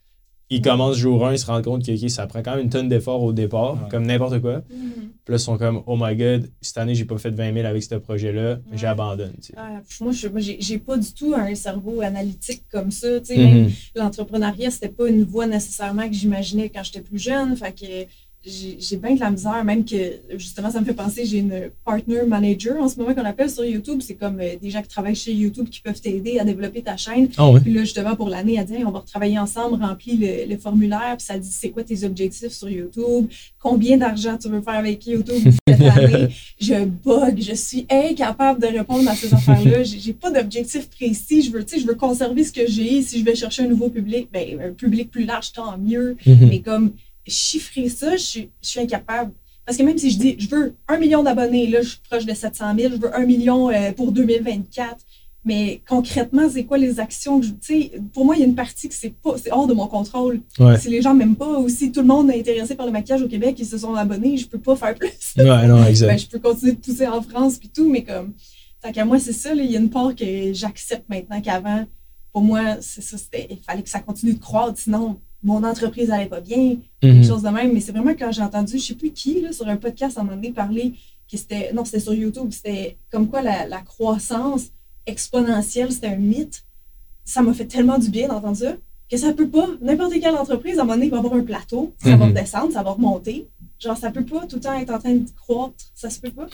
S1: ils commencent jour 1, ils se rendent compte que ça prend quand même une tonne d'efforts au départ, comme n'importe quoi. Puis là, ils sont comme, oh my god, cette année, j'ai pas fait 20 000 avec ce projet-là, j'abandonne.
S2: Moi, j'ai pas du tout un cerveau analytique comme ça. Même l'entrepreneuriat, c'était pas une voie nécessairement que j'imaginais quand j'étais plus jeune. Fait que j'ai bien de la misère, même que, justement, ça me fait penser, j'ai une partner manager en ce moment qu'on appelle sur YouTube. C'est comme des gens qui travaillent chez YouTube qui peuvent t'aider à développer ta chaîne. Puis là, justement, pour l'année, elle dit, hey, on va retravailler ensemble, remplis le formulaire, puis ça dit, c'est quoi tes objectifs sur YouTube, combien d'argent tu veux faire avec YouTube cette année. Je bug, je suis incapable de répondre à ces affaires-là. J'ai pas d'objectif précis. Je veux conserver ce que j'ai. Si je vais chercher un nouveau public, ben, un public plus large, tant mieux. Mais comme, chiffrer ça, je suis incapable. Parce que même si je dis, je veux 1 million d'abonnés, là, je suis proche de 700 000, je veux 1 million pour 2024, mais concrètement, c'est quoi les actions que tu sais, pour moi, il y a une partie que c'est hors de mon contrôle. Si les gens m'aiment pas, ou si tout le monde est intéressé par le maquillage au Québec, ils se sont abonnés, je peux pas faire plus.
S1: Non, exact.
S2: Ben, je peux continuer de pousser en France puis tout, mais comme, tant qu'à moi, c'est ça, il y a une part que j'accepte maintenant qu'avant. Pour moi, c'est ça, il fallait que ça continue de croître, sinon mon entreprise n'allait pas bien, quelque chose de même. Mais c'est vraiment quand j'ai entendu, je ne sais plus qui, là, sur un podcast à un moment donné, parler que c'était sur YouTube, c'était comme quoi la croissance exponentielle, c'était un mythe. Ça m'a fait tellement du bien d'entendre ça, que ça peut pas, n'importe quelle entreprise, à un moment donné, va avoir un plateau, ça va descendre, ça va remonter. Genre, ça peut pas tout le temps être en train de croître, ça se peut pas.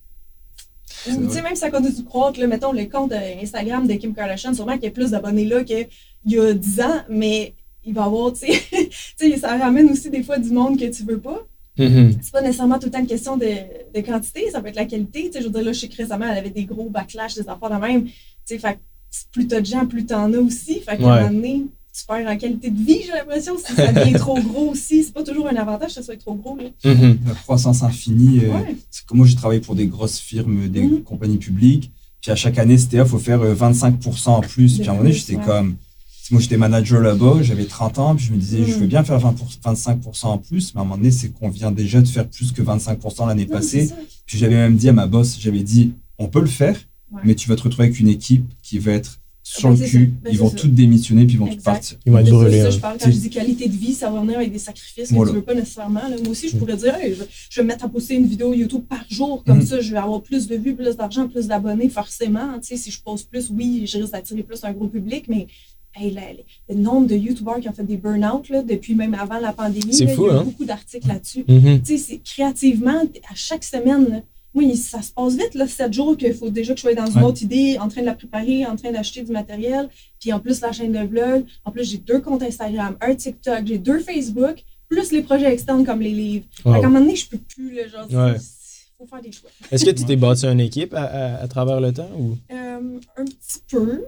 S2: Tu sais, même si ça continue de croître, là, mettons, le compte Instagram de Kim Kardashian, sûrement qu'il y a plus d'abonnés là qu'il y a 10 ans, mais il va y avoir, tu sais, ça ramène aussi des fois du monde que tu veux pas. C'est pas nécessairement tout le temps une question de quantité, ça peut être la qualité. Tu sais, je veux dire, là, je sais que récemment, elle avait des gros backlash, des affaires de même. Tu sais, fait plus t'as de gens, plus t'en as aussi. Fait qu'à un moment donné, tu perds en qualité de vie, j'ai l'impression. Si ça devient trop gros aussi, c'est pas toujours un avantage que ça soit trop gros. Là.
S3: La croissance infinie. C'est comme moi, j'ai travaillé pour des grosses firmes, des compagnies publiques. Puis à chaque année, c'était, il faut faire 25% en plus. Puis à un moment donné, j'étais comme... Moi, j'étais manager là-bas, j'avais 30 ans, puis je me disais, je veux bien faire 25% en plus, mais à un moment donné, c'est qu'on vient déjà de faire plus que 25% l'année passée. Puis j'avais même dit à ma boss, j'avais dit, on peut le faire, mais tu vas te retrouver avec une équipe qui va être sur le cul, ils vont toutes démissionner, puis ils vont toutes partir.
S1: Ils vont être brûlés.
S2: Ça, je parle quand je dis qualité de vie, ça va venir avec des sacrifices que tu ne veux pas nécessairement. Là. Moi aussi, je pourrais dire, hey, je vais me mettre à poster une vidéo YouTube par jour, comme ça, je vais avoir plus de vues, plus d'argent, plus d'abonnés, forcément. Tu sais, si je poste plus, oui, je risque d'attirer plus un gros public, mais hey, le nombre de YouTubeurs qui ont fait des burn-out depuis même avant la pandémie,
S1: c'est fou,
S2: il y a beaucoup d'articles là-dessus. Tu sais, créativement, à chaque semaine, là, oui, ça se passe vite, là, 7 jours qu'il faut déjà que je sois dans une autre idée, en train de la préparer, en train d'acheter du matériel, puis en plus la chaîne de vlog, en plus j'ai 2 comptes Instagram, un TikTok, j'ai 2 Facebook, plus les projets externes comme les livres. À un moment donné, je peux plus, là, genre, faut faire des choix.
S1: Est-ce que tu t'es bâti une équipe à travers le temps? Ou?
S2: Un petit peu.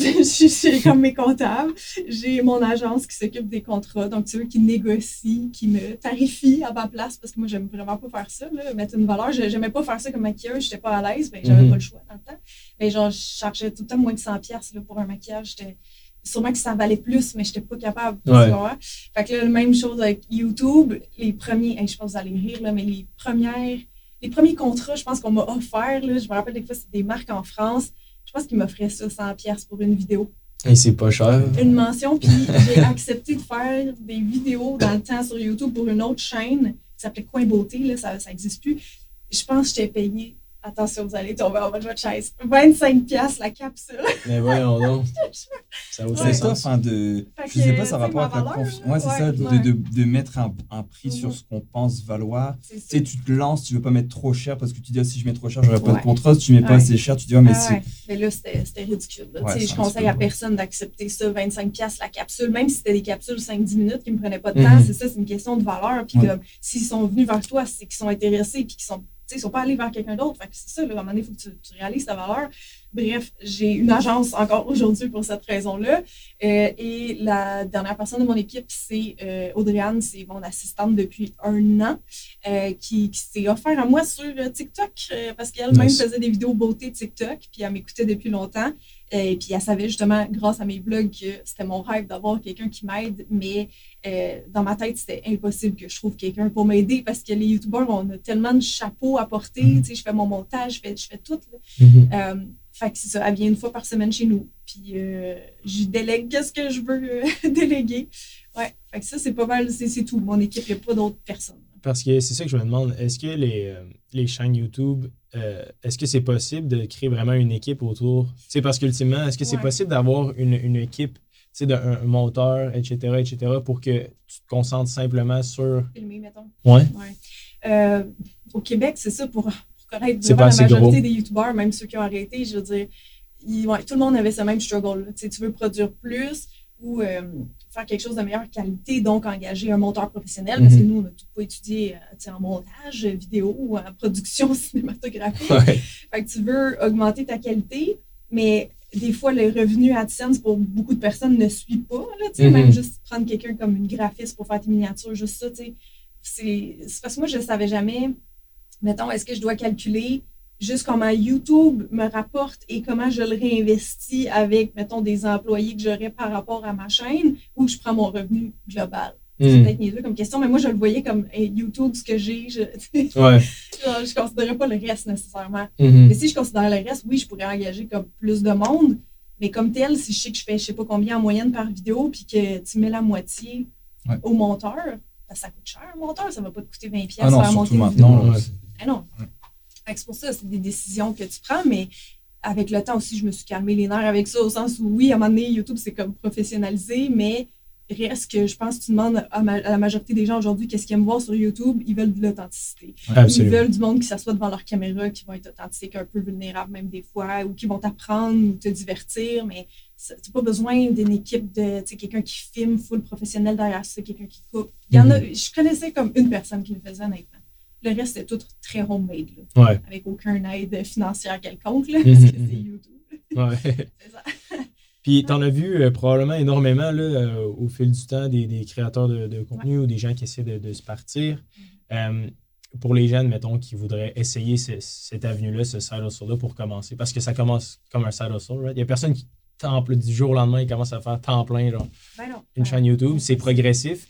S2: J'ai comme mes comptables. J'ai mon agence qui s'occupe des contrats. Donc, c'est eux qui négocient, qui me tarifient à ma place parce que moi, j'aime vraiment pas faire ça, là, mettre une valeur. J'aimais pas faire ça comme maquilleuse. J'étais pas à l'aise. J'avais pas le choix dans le temps. Mais genre, je chargeais tout le temps moins de 100$ là, pour un maquillage. Sûrement que ça valait plus, mais je n'étais pas capable. Fait que là, la même chose avec YouTube. Les premiers, je pense que vous allez rire, là, mais les premiers contrats, je pense qu'on m'a offert, là, je me rappelle des fois, c'était des marques en France. Je pense qu'ils m'offraient ça 100$ pour une vidéo.
S1: Et c'est pas cher.
S2: Une mention, puis j'ai accepté de faire des vidéos dans le temps sur YouTube pour une autre chaîne qui s'appelait Coin Beauté, là, ça n'existe plus. Je pense que j'étais payée, attention, vous allez tomber en bas de votre chaise, 25$ la capsule.
S1: Mais voyons donc. Ça vaut
S3: c'est ça, enfin je sais pas, ça rapport avec la confiance. Ouais, c'est ça, de mettre un prix sur ce qu'on pense valoir. Tu sais, tu te lances, tu veux pas mettre trop cher parce que tu dis, si je mets trop cher, j'aurai pas de contrat. Si tu mets pas assez cher, tu dis, mais c'est. Mais
S2: là, c'était ridicule. Je conseille à personne d'accepter ça, 25$ la capsule, même si c'était des capsules 5-10 minutes qui me prenaient pas de temps. C'est ça, c'est une question de valeur. Puis s'ils sont venus vers toi, c'est qu'ils sont intéressés, puis qu'ils sont. Ils ne sont pas allés vers quelqu'un d'autre. C'est ça, là, à un moment donné, il faut que tu réalises ta valeur. Bref, j'ai une agence encore aujourd'hui pour cette raison-là. Et la dernière personne de mon équipe, c'est Audrey-Anne, c'est mon assistante depuis 1 an, qui s'est offert à moi sur TikTok, parce qu'elle-même faisait des vidéos beauté TikTok, puis elle m'écoutait depuis longtemps. Et puis elle savait justement, grâce à mes vlogs, que c'était mon rêve d'avoir quelqu'un qui m'aide, mais dans ma tête, c'était impossible que je trouve quelqu'un pour m'aider, parce que les YouTubeurs, on a tellement de chapeaux à porter, tu sais, je fais mon montage, je fais tout. Fait que c'est ça, elle vient une fois par semaine chez nous. Puis j'y délègue qu'est-ce que je veux déléguer. Ouais, fait que ça, c'est pas mal, c'est tout. Mon équipe, il n'y a pas d'autres personnes.
S1: Parce que c'est ça que je me demande. Est-ce que les chaînes YouTube, est-ce que c'est possible de créer vraiment une équipe autour? Tu sais, parce qu'ultimement, est-ce que c'est possible d'avoir une équipe, tu sais, d'un monteur, etc., pour que tu te concentres simplement sur...
S2: Filmer, mettons.
S1: Ouais.
S2: Au Québec, c'est ça, pour connaître
S1: c'est
S2: vraiment la majorité
S1: gros.
S2: Des YouTubeurs, même ceux qui ont arrêté, je veux dire, tout le monde avait ce même struggle-là. Tu veux produire plus ou faire quelque chose de meilleure qualité, donc engager un monteur professionnel, parce que nous, on n'a tout pas étudié en montage vidéo ou en production cinématographique. Fait que tu veux augmenter ta qualité, mais des fois, le revenu AdSense pour beaucoup de personnes ne suit pas. Là, même juste prendre quelqu'un comme une graphiste pour faire tes miniatures, juste ça, c'est parce que moi, je ne savais jamais, mettons, est-ce que je dois calculer juste comment YouTube me rapporte et comment je le réinvestis avec, mettons, des employés que j'aurais par rapport à ma chaîne, ou je prends mon revenu global. C'est peut-être niaiseux comme question, mais moi, je le voyais comme YouTube, ce que j'ai. Je ne considérais pas le reste nécessairement. Mais si je considère le reste, oui, je pourrais engager comme plus de monde, mais comme tel, si je sais que je fais je ne sais pas combien en moyenne par vidéo, puis que tu mets la moitié au monteur, ça coûte cher, un monteur, ça ne va pas te coûter 20$
S3: faire monter une vidéo.
S2: Non. C'est pour ça, c'est des décisions que tu prends, mais avec le temps aussi, je me suis calmé les nerfs avec ça, au sens où, oui, à un moment donné, YouTube, c'est comme professionnalisé, mais reste que je pense que tu demandes à la majorité des gens aujourd'hui qu'est-ce qu'ils aiment voir sur YouTube, ils veulent de l'authenticité. Ils veulent du monde qui s'assoit devant leur caméra, qui vont être authentiques, un peu vulnérables même des fois, ou qui vont t'apprendre ou te divertir, mais tu n'as pas besoin d'une équipe de quelqu'un qui filme full professionnel derrière ça, quelqu'un qui coupe. Il y en a, je connaissais comme une personne qui le faisait honnêtement. Le reste, c'était tout très homemade, avec aucune aide financière quelconque, parce que c'est YouTube. C'est ça.
S1: Puis, tu en as vu probablement énormément là, au fil du temps des créateurs de contenu ou des gens qui essaient de se partir. Pour les jeunes, mettons, qui voudraient essayer cette avenue-là, ce side hustle-là pour commencer, parce que ça commence comme un side hustle, right? Il n'y a personne qui, du jour au lendemain, il commence à faire temps plein, genre, une chaîne YouTube. C'est progressif.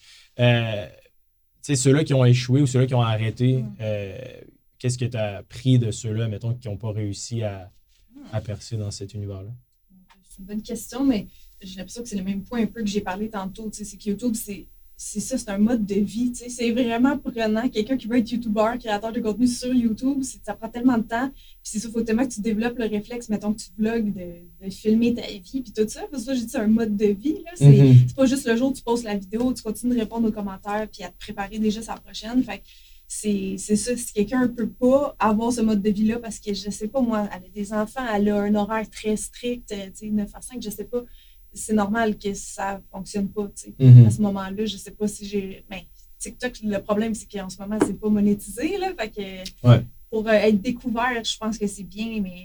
S1: Ceux-là qui ont échoué ou ceux-là qui ont arrêté, qu'est-ce que tu as appris de ceux-là, mettons, qui n'ont pas réussi à percer dans cet univers-là?
S2: C'est une bonne question, mais j'ai l'impression que c'est le même point un peu que j'ai parlé tantôt. C'est que YouTube, c'est un mode de vie. C'est vraiment prenant. Quelqu'un qui veut être YouTuber, créateur de contenu sur YouTube, ça prend tellement de temps. Puis c'est ça, il faut tellement que tu développes le réflexe, mettons que tu vlogs, de filmer ta vie, puis tout ça. Parce que j'ai dit, c'est un mode de vie. Là. C'est pas juste le jour où tu postes la vidéo, tu continues de répondre aux commentaires, puis à te préparer déjà sa prochaine. Fait que c'est ça. Si quelqu'un ne peut pas avoir ce mode de vie-là, parce que je sais pas, moi, elle a des enfants, elle a un horaire très strict, 9 à 5, je sais pas. C'est normal que ça ne fonctionne pas. À ce moment-là, je ne sais pas si j'ai. Ben, TikTok, le problème, c'est qu'en ce moment, c'est pas monétisé. Là, fait que pour être découvert, je pense que c'est bien, mais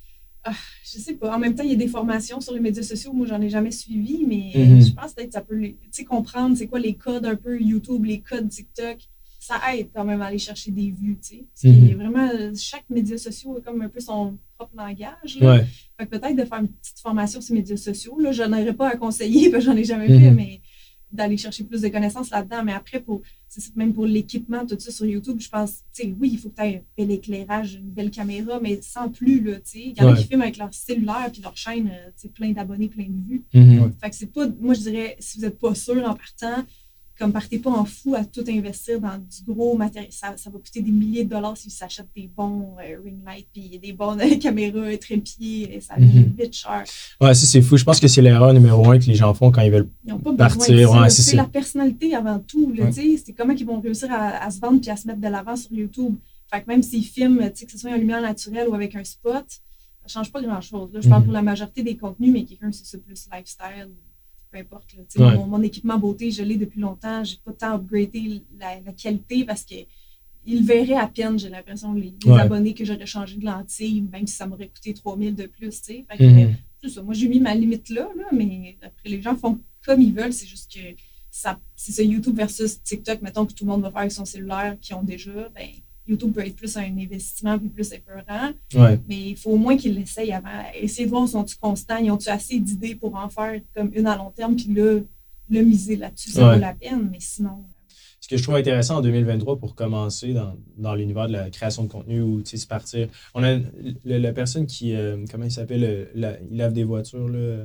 S2: je sais pas. En même temps, il y a des formations sur les médias sociaux. Moi, j'en ai jamais suivi, mais je pense peut-être que ça peut comprendre c'est quoi les codes un peu YouTube, les codes TikTok. Ça aide quand même à aller chercher des vues, tu sais. Parce qu'il y a vraiment, chaque média social a comme un peu son propre langage. Là. Fait que peut-être de faire une petite formation sur les médias sociaux, là, je n'aurais pas à conseiller, parce que j'en ai jamais fait, mais d'aller chercher plus de connaissances là-dedans. Mais après, même pour l'équipement, tout ça sur YouTube, je pense, tu sais, oui, il faut que tu aies un bel éclairage, une belle caméra, mais sans plus, là, tu sais. Il y en a qui filment avec leur cellulaire puis leur chaîne, plein d'abonnés, plein de vues. Fait que c'est pas, moi, je dirais, si vous n'êtes pas sûr en partant, comme partez pas en fou à tout investir dans du gros matériel. Ça va coûter des milliers de dollars si vous achetez des bons ring lights puis des bonnes caméras, trépieds. Ça devient vite cher.
S1: Ouais, ça, c'est fou. Je pense que c'est l'erreur numéro 1 que les gens font quand ils veulent partir.
S2: C'est la personnalité avant tout. Là, c'est comment ils vont réussir à se vendre puis à se mettre de l'avant sur YouTube. Fait que même s'ils filment, que ce soit en lumière naturelle ou avec un spot, ça change pas grand-chose. Là. Je parle pour la majorité des contenus, mais quelqu'un, c'est ça plus lifestyle. Peu importe. Là, mon équipement beauté, je l'ai depuis longtemps. Je n'ai pas tant upgradé la qualité parce qu'ils verraient à peine, j'ai l'impression, les abonnés que j'aurais changé de lentille, même si ça m'aurait coûté 3000 de plus. Fait que, c'est ça. Moi, j'ai mis ma limite là, mais après, les gens font comme ils veulent. C'est juste que c'est ça, YouTube versus TikTok, mettons que tout le monde va faire avec son cellulaire qui ont déjà, ben, YouTube peut être plus un investissement puis plus épeurant. Mais il faut au moins qu'ils l'essayent avant. Essayer de voir, sont-ils constants, ils ont-ils assez d'idées pour en faire comme une à long terme, puis là, le miser là-dessus, ça vaut la peine, mais sinon...
S1: ce que je trouve intéressant en 2023 pour commencer dans l'univers de la création de contenu ou se partir. On a la personne qui, comment il s'appelle, il lave des voitures, là.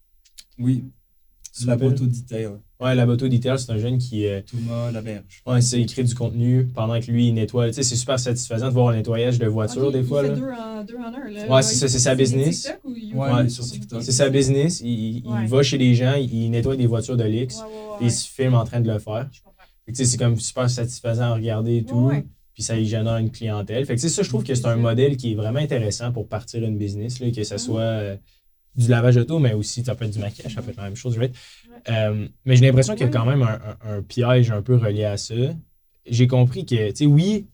S3: Oui, Laboto Detail.
S1: Ouais, Laboto Detail, c'est un jeune qui...
S3: Thomas Laberge.
S1: Ouais, il crée du contenu pendant que lui, il nettoie. Tu sais, c'est super satisfaisant de voir le nettoyage de voitures des fois.
S2: Il fait
S1: là.
S2: deux en un. Là.
S1: Ouais, c'est ça, c'est sa business.
S3: Ouais, sur TikTok.
S1: C'est sa business. Il va chez les gens, il nettoie des voitures de luxe et il se filme en train de le faire. Fait que, c'est comme super satisfaisant à regarder et tout. Puis ça y génère une clientèle. Fait que ça, je trouve que c'est un modèle qui est vraiment intéressant pour partir une business, là, que ce soit du lavage auto, mais aussi ça peut être du maquillage, ça peut être la même chose. Right? Mais j'ai l'impression qu'il y a quand même un piège un peu relié à ça. J'ai compris que, tu sais, oui,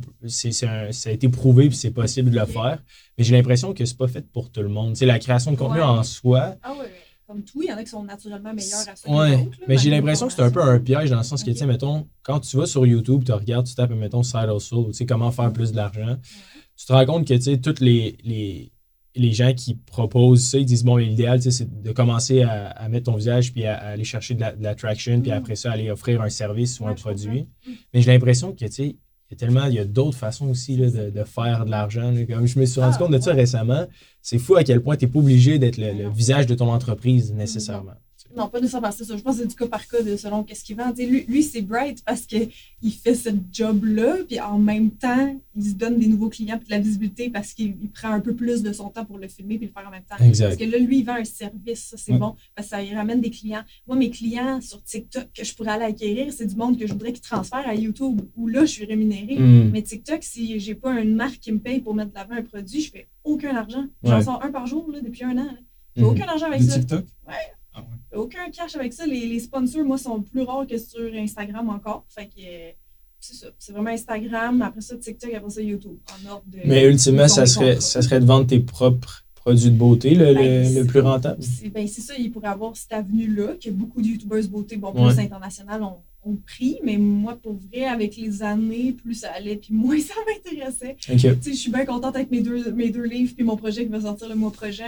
S1: ça a été prouvé puis c'est possible de le faire, mais j'ai l'impression que c'est pas fait pour tout le monde. C'est la création de contenu en soi.
S2: Ah ouais. Comme tout, il y en a qui sont naturellement meilleurs à ça.
S1: Ouais, mais j'ai l'impression que c'est un peu un piège dans le sens que, tu sais, mettons, quand tu vas sur YouTube, tu regardes, tu tapes, mettons, Side Hustle, tu sais, comment faire plus d'argent, tu te rends compte que, tu sais, tous les gens qui proposent ça, ils disent, bon, l'idéal, tu sais, c'est de commencer à mettre ton visage puis à aller chercher de la traction, puis après ça, aller offrir un service ou un produit. Mais j'ai l'impression que, tu sais, il y a d'autres façons aussi là, de faire de l'argent. Là. Comme je me suis rendu compte de ça récemment, c'est fou à quel point tu n'es pas obligé d'être le visage de ton entreprise nécessairement.
S2: Non, pas nécessairement c'est ça. Je pense que c'est du cas par cas selon qu'est-ce qu'il vend. Lui, c'est bright parce qu'il fait ce job-là, puis en même temps, il se donne des nouveaux clients et de la visibilité parce qu'il prend un peu plus de son temps pour le filmer et le faire en même temps.
S1: Exact.
S2: Parce que là, lui, il vend un service, ça c'est bon, parce que ça lui ramène des clients. Moi, mes clients sur TikTok que je pourrais aller acquérir, c'est du monde que je voudrais qu'ils transfèrent à YouTube, où là, je suis rémunérée. Mais TikTok, si j'ai pas une marque qui me paye pour mettre de l'avant un produit, je fais aucun argent. J'en sors un par jour là, depuis 1 an. J'ai aucun argent avec ça.
S3: TikTok?
S2: Ouais. Aucun cash avec ça. Les sponsors, moi, sont plus rares que sur Instagram encore. Fait que c'est ça. C'est vraiment Instagram, après ça TikTok, après ça YouTube. En ordre de,
S1: mais ultimement, ça serait de vendre tes propres produits de beauté le plus rentable.
S2: C'est ça, il pourrait avoir cette avenue-là, que beaucoup de YouTubers beauté, plus internationales ont pris, mais moi, pour vrai, avec les années, plus ça allait, puis moins ça m'intéressait.
S1: Okay.
S2: Je suis bien contente avec mes deux livres, puis mon projet qui va sortir le mois prochain,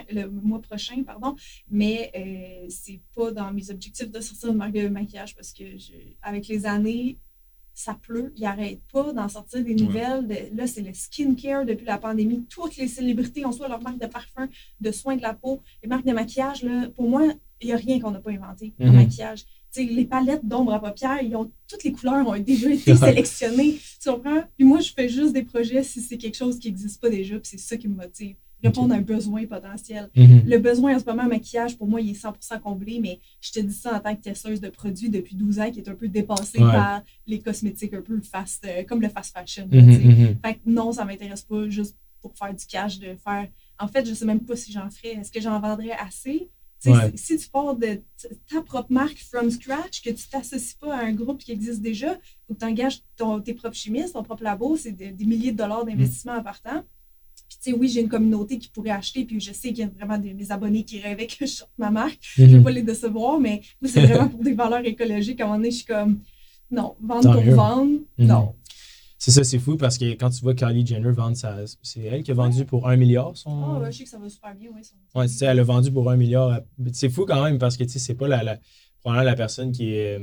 S2: mais c'est pas dans mes objectifs de sortir une marque de maquillage, parce que avec les années, ça pleut, il n'arrête pas d'en sortir des nouvelles. Là, c'est le skincare depuis la pandémie. Toutes les célébrités ont soit leur marque de parfum, de soins de la peau, les marques de maquillage. Là, pour moi, il n'y a rien qu'on n'a pas inventé en maquillage. T'sais, les palettes d'ombre à paupières, toutes les couleurs ont déjà été sélectionnées. Tu comprends? Puis moi, je fais juste des projets si c'est quelque chose qui n'existe pas déjà, puis c'est ça qui me motive. Répondre à un besoin potentiel. Le besoin en ce moment en maquillage, pour moi, il est 100% comblé, mais je te dis ça en tant que testeuse de produits depuis 12 ans, qui est un peu dépassée par les cosmétiques un peu fast, comme le fast fashion. Fait que non, ça ne m'intéresse pas juste pour faire du cash, de faire... En fait, je ne sais même pas si j'en ferais. Est-ce que j'en vendrais assez? Si tu pars de ta propre marque from scratch, que tu ne t'associes pas à un groupe qui existe déjà, il faut que tu engages tes propres chimistes, ton propre labo, c'est des milliers de dollars d'investissement en partant. Puis, tu sais, oui, j'ai une communauté qui pourrait acheter, puis je sais qu'il y a vraiment des abonnés qui rêvaient que je sorte ma marque. Je ne vais pas les décevoir, mais moi, c'est vraiment pour des valeurs écologiques. À un moment donné, je suis comme, non, vendre pour vendre, non.
S1: C'est ça, c'est fou parce que quand tu vois Kylie Jenner vendre c'est elle qui a vendu pour 1 milliard son...
S2: je sais que ça va super bien, oui.
S1: Ouais, tu sais, elle a vendu pour 1 milliard. C'est fou quand même parce que, tu sais, c'est pas probablement la personne qui est...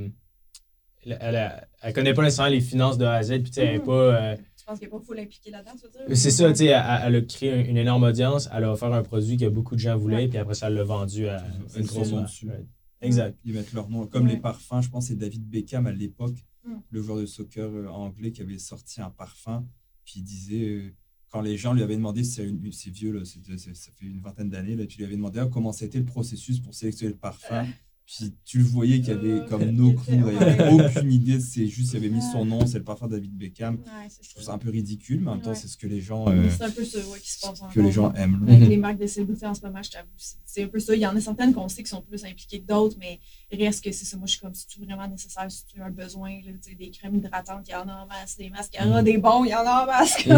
S1: Elle connaît pas nécessairement les finances de A à Z, puis tu sais, elle n'est pas...
S2: Tu penses qu'elle n'est pas full impliquée là-dedans, tu veux dire?
S1: C'est ça, tu sais, elle a créé une énorme audience, elle a offert un produit que beaucoup de gens voulaient, puis après ça, elle l'a vendu à une grosse marque. Exact.
S3: Ils mettent leur nom. Comme les parfums, je pense que c'est David Beckham à l'époque, le joueur de soccer anglais qui avait sorti un parfum, puis il disait, quand les gens lui avaient demandé, c'est vieux, là, ça fait une vingtaine d'années, là, tu lui avais demandé comment c'était le processus pour sélectionner le parfum. Puis tu le voyais qu'il y avait comme no clue, il n'y avait aucune idée, c'est juste, il avait mis son nom, c'est le parfum de David Beckham. Je trouve ça un peu ridicule, mais en même temps, c'est ce que les gens,
S2: c'est un peu ça qui se passe
S3: que les gens aiment.
S2: Avec les marques de célébrités en ce moment, je t'avoue, c'est un peu ça. Il y en a certaines qu'on sait qui sont plus impliquées que d'autres, mais il reste que c'est ça. Moi, je suis comme, si tu es vraiment nécessaire, si tu as un besoin, là, des crèmes hydratantes, il y en a en masse, des mascaras, des bons, il y en a en masse. C'est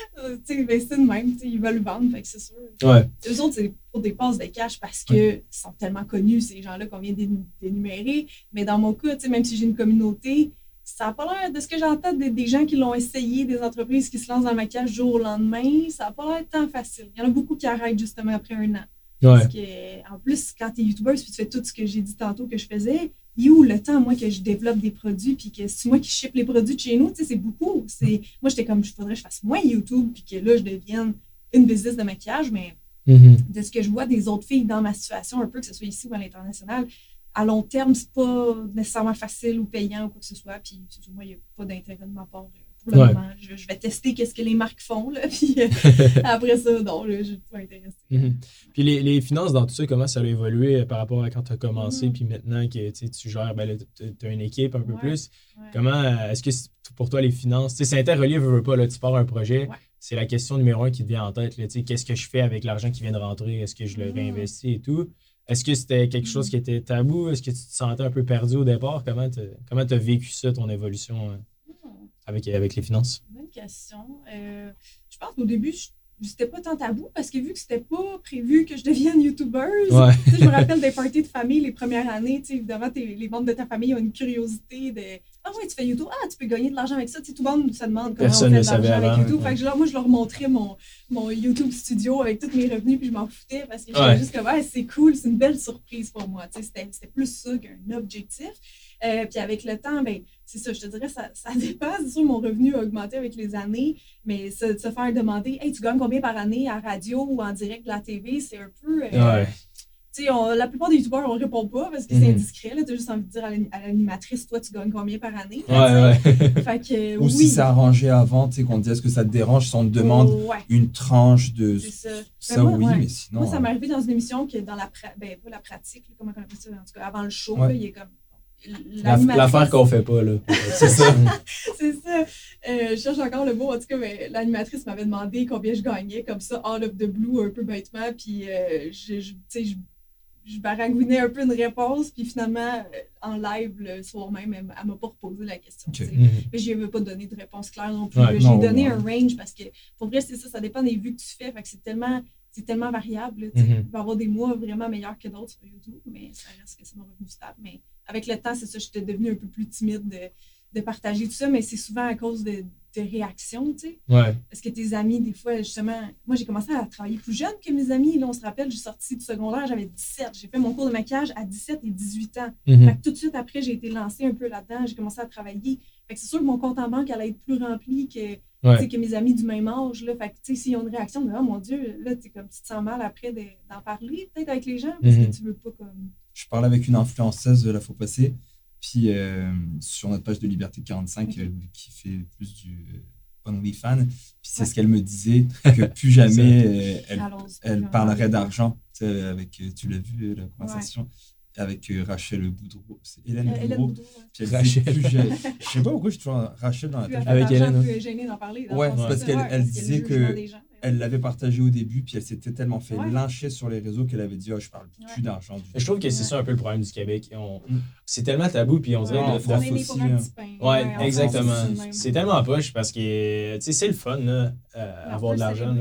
S2: de même, ils veulent vendre, fait que c'est sûr. Eux autres, c'est pour des passes de cash parce qu'ils sont tellement connus, ces gens-là qu'on vient d'énumérer. Mais dans mon cas, même si j'ai une communauté, ça n'a pas l'air de ce que j'entends des gens qui l'ont essayé, des entreprises qui se lancent dans le maquillage jour au lendemain. Ça n'a pas l'air tant facile. Il y en a beaucoup qui arrêtent justement après 1 an. Parce que, en plus, quand tu es YouTubeuse puis tu fais tout ce que j'ai dit tantôt que je faisais, il est où le temps, moi, que je développe des produits, puis que c'est moi qui ship les produits de chez nous, tu sais, c'est beaucoup. Moi, j'étais comme, il faudrait que je fasse moins YouTube, puis que là, je devienne une business de maquillage, mais de ce que je vois des autres filles dans ma situation, un peu, que ce soit ici ou à l'international, à long terme, c'est pas nécessairement facile ou payant ou quoi que ce soit, puis moi, il n'y a pas d'intérêt de ma part pour le moment. Je vais tester qu'est-ce que les marques font, là, puis après ça, non, là, je ne suis pas intéressée.
S1: Puis les finances dans tout ça, comment ça a évolué par rapport à quand tu as commencé, puis maintenant que tu gères, tu as une équipe un peu plus. Comment, est-ce que pour toi, les finances, c'est interrelié, veux pas, là, tu pars un projet, c'est la question numéro 1 qui te vient en tête, là, qu'est-ce que je fais avec l'argent qui vient de rentrer, est-ce que je le réinvestis et tout? Est-ce que c'était quelque chose qui était tabou? Est-ce que tu te sentais un peu perdu au départ? Comment tu as vécu ça, ton évolution avec les finances?
S2: Bonne question. Je pense qu'au début, c'était pas tant tabou parce que vu que c'était pas prévu que je devienne youtubeuse, je me rappelle des parties de famille les premières années, évidemment, les membres de ta famille ont une curiosité de « Ah oui, tu fais YouTube, tu peux gagner de l'argent avec ça. » Tout le monde se demande comment on fait de l'argent avec YouTube. Fait que là, moi, je leur montrais mon YouTube studio avec tous mes revenus puis je m'en foutais parce que j'étais juste comme « c'est cool, c'est une belle surprise pour moi. » C'était plus ça qu'un objectif. Puis avec le temps, c'est ça, je te dirais, ça dépend. C'est sûr, mon revenu a augmenté avec les années, mais se faire demander « Hey, tu gagnes combien par année à radio ou en direct de la TV? » C'est un peu... la plupart des youtubeurs, on ne répond pas parce que c'est indiscret. Tu as juste envie de dire à l'animatrice, toi, tu gagnes combien par année? Fait que,
S3: ou si c'est arrangé avant, qu'on te dit est-ce que ça te dérange si on te demande une tranche de ça moi, mais sinon...
S2: Moi, ça m'est arrivé dans une émission que dans pas la pratique, comment on appelle ça, en tout cas, avant le show, il est comme...
S1: L'affaire qu'on fait pas, là. C'est ça.
S2: C'est ça. Je cherche encore le mot. En tout cas, mais l'animatrice m'avait demandé combien je gagnais, comme ça, out of the blue, un peu bêtement. Puis, je baragouinais un peu une réponse. Puis, finalement, en live, le soir même, elle m'a pas reposé la question. Mais je lui avais pas donné de réponse claire non plus. J'ai donné un range parce que, pour vrai, c'est ça. Ça dépend des vues que tu fais. Fait que c'est tellement variable. Il va y avoir des mois vraiment meilleurs que d'autres sur YouTube, mais ça reste que c'est mon revenu stable. Mais avec le temps, c'est ça, j'étais devenue un peu plus timide de partager tout ça, mais c'est souvent à cause de réactions, tu sais. Parce que tes amis, des fois, justement, moi, j'ai commencé à travailler plus jeune que mes amis. Là, on se rappelle, j'ai sorti du secondaire, j'avais 17. J'ai fait mon cours de maquillage à 17 et 18 ans. Fait que tout de suite après, j'ai été lancée un peu là-dedans, j'ai commencé à travailler. Fait que c'est sûr que mon compte en banque allait être plus rempli que mes amis du même âge. Là. Fait que s'ils ont une réaction de « Oh mon Dieu, là, tu te sens mal après d'en parler peut-être avec les gens parce que tu veux pas comme... »
S3: Je parlais avec une influenceuse la fois passée, puis sur notre page de Liberté 45, qui fait plus du OnlyFans, puis c'est ce qu'elle me disait, que plus jamais elle parlerait d'argent. Tu l'as vu, la conversation avec Rachel Boudreau. C'est Hélène Boudreau. Puis elle disait, je sais pas pourquoi je suis toujours Rachel dans la tête.
S2: Avec Hélène. Un peu gênée d'en parler.
S3: Parce qu'elle disait que... Elle l'avait partagé au début, puis elle s'était tellement fait lyncher sur les réseaux qu'elle avait dit je parle plus d'argent.
S1: Je trouve que c'est ça un peu le problème du Québec. C'est tellement tabou, puis on dirait
S2: on est né pour un petit pain.
S1: Exactement. C'est tellement poche parce que c'est le fun, là, avoir de l'argent.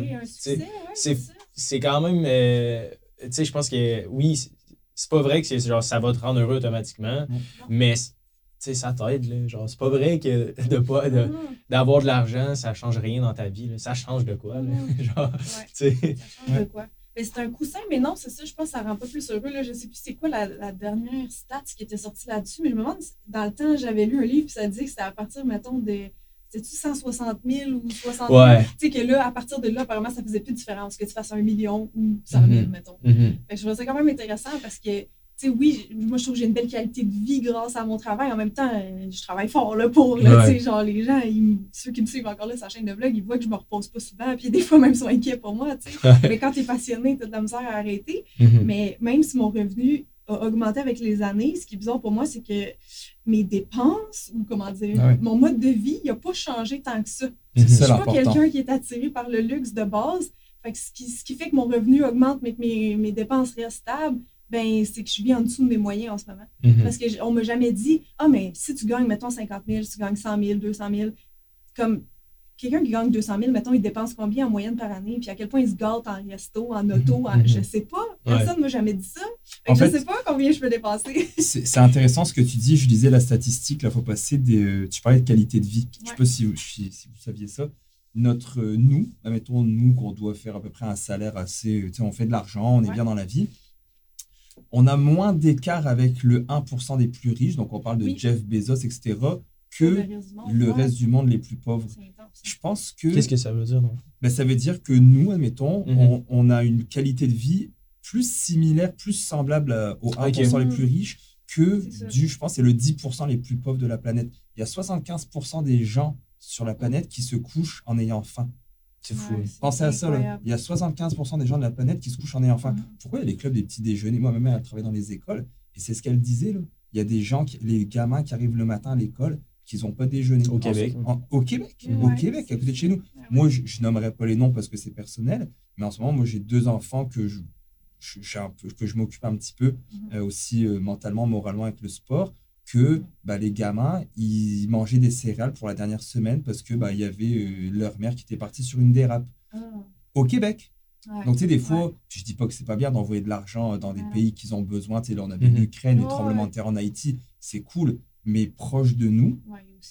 S1: C'est quand même. Je pense que oui, c'est pas vrai que genre, ça va te rendre heureux automatiquement, mais. Ça t'aide, là. Genre, c'est pas vrai que d'avoir de l'argent, ça change rien dans ta vie, là. Ça change de quoi, là? Genre,
S2: ça change de quoi? Mais c'est un coussin, mais non, c'est ça, je pense que ça rend pas plus heureux, là. Je sais plus c'est quoi la dernière stat qui était sortie là-dessus, mais je me demande, dans le temps, j'avais lu un livre, puis ça dit que c'était à partir, mettons, c'était-tu 160 000 ou 60 000? Tu sais que là, à partir de là, apparemment, ça faisait plus de différence que tu fasses 1 million ou 100 000, mettons. Fait que je trouvais ça quand même intéressant parce que oui, moi, je trouve que j'ai une belle qualité de vie grâce à mon travail. En même temps, je travaille fort là, pour, genre, les gens, ceux qui me suivent encore là sur la chaîne de vlog, ils voient que je me repose pas souvent. Puis des fois, même, ils sont inquiets pour moi, Mais quand tu es passionné, tu as de la misère à arrêter. Mais même si mon revenu a augmenté avec les années, ce qui est bizarre pour moi, c'est que mes dépenses, ou comment dire, mon mode de vie, il n'a pas changé tant que ça. Je ne suis pas quelqu'un qui est attiré par le luxe de base. Fait que ce qui fait que mon revenu augmente, mais que mes dépenses restent stables, c'est que je vis en dessous de mes moyens en ce moment. Parce qu'on ne m'a jamais dit « Ah, mais si tu gagnes, mettons, 50 000, si tu gagnes 100 000, 200 000, comme quelqu'un qui gagne 200 000, mettons, il dépense combien en moyenne par année? Puis à quel point il se gâte en resto, en auto, je ne sais pas. Personne ne m'a jamais dit ça. Je ne sais pas combien je peux dépenser.
S3: C'est intéressant ce que tu dis. Je lisais la statistique la fois passée. Tu parlais de qualité de vie. Je ne sais pas si vous saviez ça. Mettons, nous, qu'on doit faire à peu près un salaire assez... on fait de l'argent, on est bien dans la vie. on a moins d'écart avec le 1% des plus riches, donc on parle de Jeff Bezos, etc., que le reste du monde, les plus pauvres. Je pense que...
S1: Qu'est-ce que ça veut dire, non?
S3: Ben, ça veut dire que nous, admettons, on a une qualité de vie plus similaire, plus semblable aux 1% les plus riches que je pense, c'est le 10% les plus pauvres de la planète. Il y a 75% des gens sur la planète qui se couchent en ayant faim.
S1: C'est fou.
S3: Pensez à ça, là. Il y a 75% des gens de la planète qui se couchent en ayant faim. Pourquoi il y a les clubs des petits déjeuners? Moi, ma mère, elle travaille dans les écoles et c'est ce qu'elle disait, là. Il y a des gens, les gamins qui arrivent le matin à l'école, qui n'ont pas déjeuné.
S1: Au Québec.
S3: Au Québec, à côté de chez nous. Moi, je nommerai pas les noms parce que c'est personnel, mais en ce moment, moi, j'ai 2 enfants que je m'occupe un petit peu aussi mentalement, moralement avec le sport, que les gamins, ils mangeaient des céréales pour la dernière semaine parce que il y avait leur mère qui était partie sur une dérape. Au Québec. Donc, tu sais, des fois, je dis pas que c'est pas bien d'envoyer de l'argent dans des pays qui ont besoin. Tu sais, là, on avait l'Ukraine, les tremblements de terre en Haïti, c'est cool, mais proche de nous,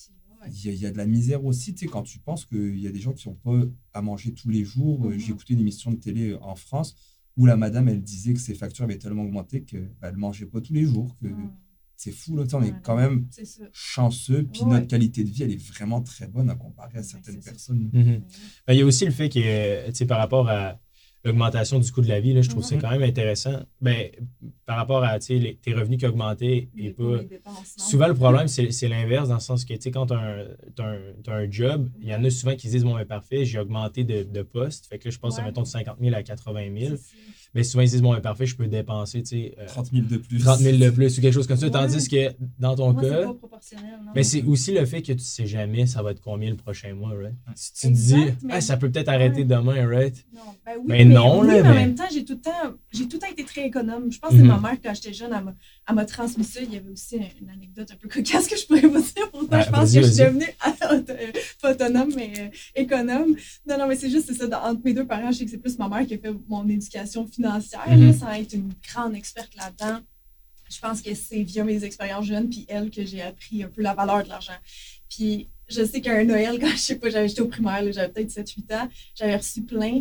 S3: il y a de la misère aussi. Tu sais, quand tu penses qu'il y a des gens qui n'ont pas à manger tous les jours. J'ai écouté une émission de télé en France où la madame, elle disait que ses factures avaient tellement augmenté qu'elle ne mangeait pas tous les jours. C'est fou, là. On est quand même chanceux. Puis notre qualité de vie, elle est vraiment très bonne à comparer à certaines personnes.
S1: Il y a aussi le fait que, par rapport à l'augmentation du coût de la vie, là, je trouve ça quand même intéressant. Par rapport à tes revenus qui ont augmenté et pas... Souvent, le problème, c'est l'inverse, dans le sens que quand tu as un job, il y en a souvent qui disent, bon, parfait, j'ai augmenté de poste. Fait que là, je passe, mettons, de 50 000 à 80 000. Mais souvent, ils disent, bon, parfait, je peux dépenser
S3: 30 000 de plus.
S1: 30 000 de plus ou quelque chose comme ça. Tandis que dans ton cas,
S2: c'est pas proportionnel, non?
S1: c'est aussi le fait que tu sais jamais ça va être combien le prochain mois, right? Si tu te dis, ça peut peut-être arrêter demain, right?
S2: Non,
S1: mais non,
S2: mais
S1: là.
S2: en même temps, j'ai tout le temps été très économe. Je pense que c'est ma mère, quand j'étais jeune, elle m'a transmis ça. Il y avait aussi une anecdote un peu cocasse que je pourrais vous dire. Pourtant, je pense que je suis devenue pas autonome, mais économe. Non, mais c'est juste ça. Entre mes 2 parents, je sais que c'est plus ma mère qui a fait mon éducation financière, sans être une grande experte là-dedans. Je pense que c'est via mes expériences jeunes puis elle que j'ai appris un peu la valeur de l'argent. Puis je sais qu'à un Noël, quand j'étais au primaire, là, j'avais peut-être 7-8 ans, j'avais reçu plein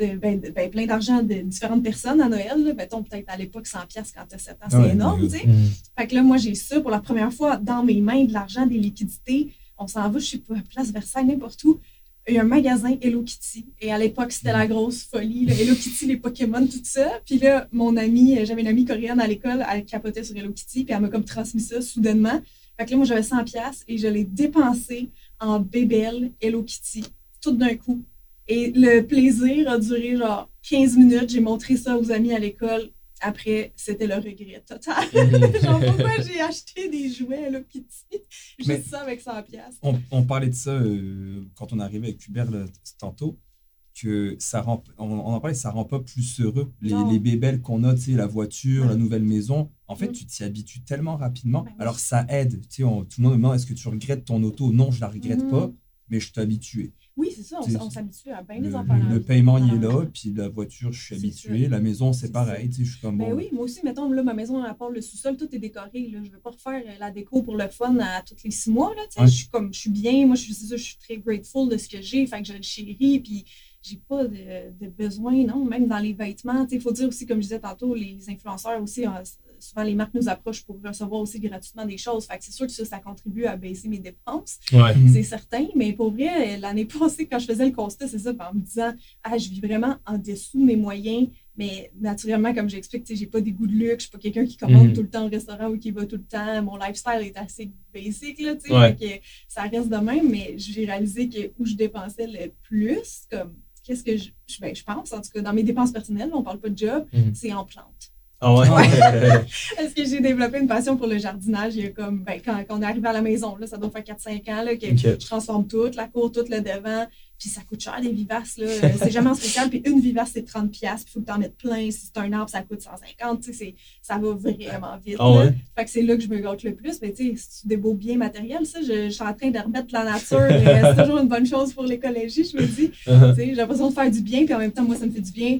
S2: d'argent de différentes personnes à Noël. Là. Mettons, peut-être à l'époque, 100$ quand tu as 7 ans, c'est énorme, tu sais. Fait que là, moi, j'ai ça pour la première fois dans mes mains, de l'argent, des liquidités. On s'en va, je sais pas, Place Versailles, n'importe où. Il y a un magasin Hello Kitty. Et à l'époque, c'était la grosse folie. Là. Hello Kitty, les Pokémon, tout ça. Puis là, j'avais une amie coréenne à l'école, elle capotait sur Hello Kitty, puis elle m'a comme transmis ça soudainement. Fait que là, moi, j'avais 100$ et je l'ai dépensé en bébelle Hello Kitty, tout d'un coup. Et le plaisir a duré genre 15 minutes. J'ai montré ça aux amis à l'école. Après, c'était le regret total. Genre, pourquoi j'ai acheté des jouets Hello Kitty? Juste ça avec 100$.
S3: On parlait de ça quand on arrivait avec Hubert tantôt, que on en parlait, ça rend pas plus heureux. Les bébelles qu'on a, la voiture, la nouvelle maison, en fait, tu t'y habitues tellement rapidement. Alors, ça aide. Tout le monde me demande, est-ce que tu regrettes ton auto? Non, je la regrette pas, mais je suis habitué.
S2: Oui, c'est ça, on s'habitue à bien des enfants.
S3: Le paiement, il est là, puis la voiture, je suis habitué. La maison, c'est pareil, je suis comme bon.
S2: Oui, moi aussi, mettons, là, ma maison, à part le sous-sol, tout est décoré. Là. Je ne veux pas refaire la déco pour le fun à tous les 6 mois. Là, je suis bien, moi, je suis très grateful de ce que j'ai, fait que je le chéris, puis j'ai pas de besoin, non, même dans les vêtements. Il faut dire aussi, comme je disais tantôt, les influenceurs aussi, souvent les marques nous approchent pour recevoir aussi gratuitement des choses. Fait que c'est sûr que ça contribue à baisser mes dépenses. C'est certain. Mais pour vrai, l'année passée, quand je faisais le constat, c'est ça, en me disant, je vis vraiment en dessous de mes moyens. Mais naturellement, comme j'explique, j'ai pas des goûts de luxe, je suis pas quelqu'un qui commande tout le temps au restaurant ou qui va tout le temps. Mon lifestyle est assez basic, là, fait que ça reste de même. Mais j'ai réalisé que où je dépensais le plus, comme qu'est-ce que je pense, en tout cas, dans mes dépenses personnelles, on parle pas de job, c'est en plantes.
S1: Ah ouais?
S2: Parce que j'ai développé une passion pour le jardinage. Il y a comme, quand on est arrivé à la maison, là, ça doit faire 4-5 ans là, que je transforme toute la cour, tout le devant. Puis ça coûte cher, des vivaces. Là. C'est jamais en spécial. Puis une vivace, c'est 30$. Puis il faut que tu en mettes plein. Si c'est un arbre, ça coûte 150$. Ça va vraiment vite. Là. Fait que c'est là que je me gâte le plus. Mais si des beaux biens matériels, ça, je suis en train de remettre la nature. C'est toujours une bonne chose pour l'écologie, je me dis. J'ai l'impression de faire du bien. Puis en même temps, moi, ça me fait du bien.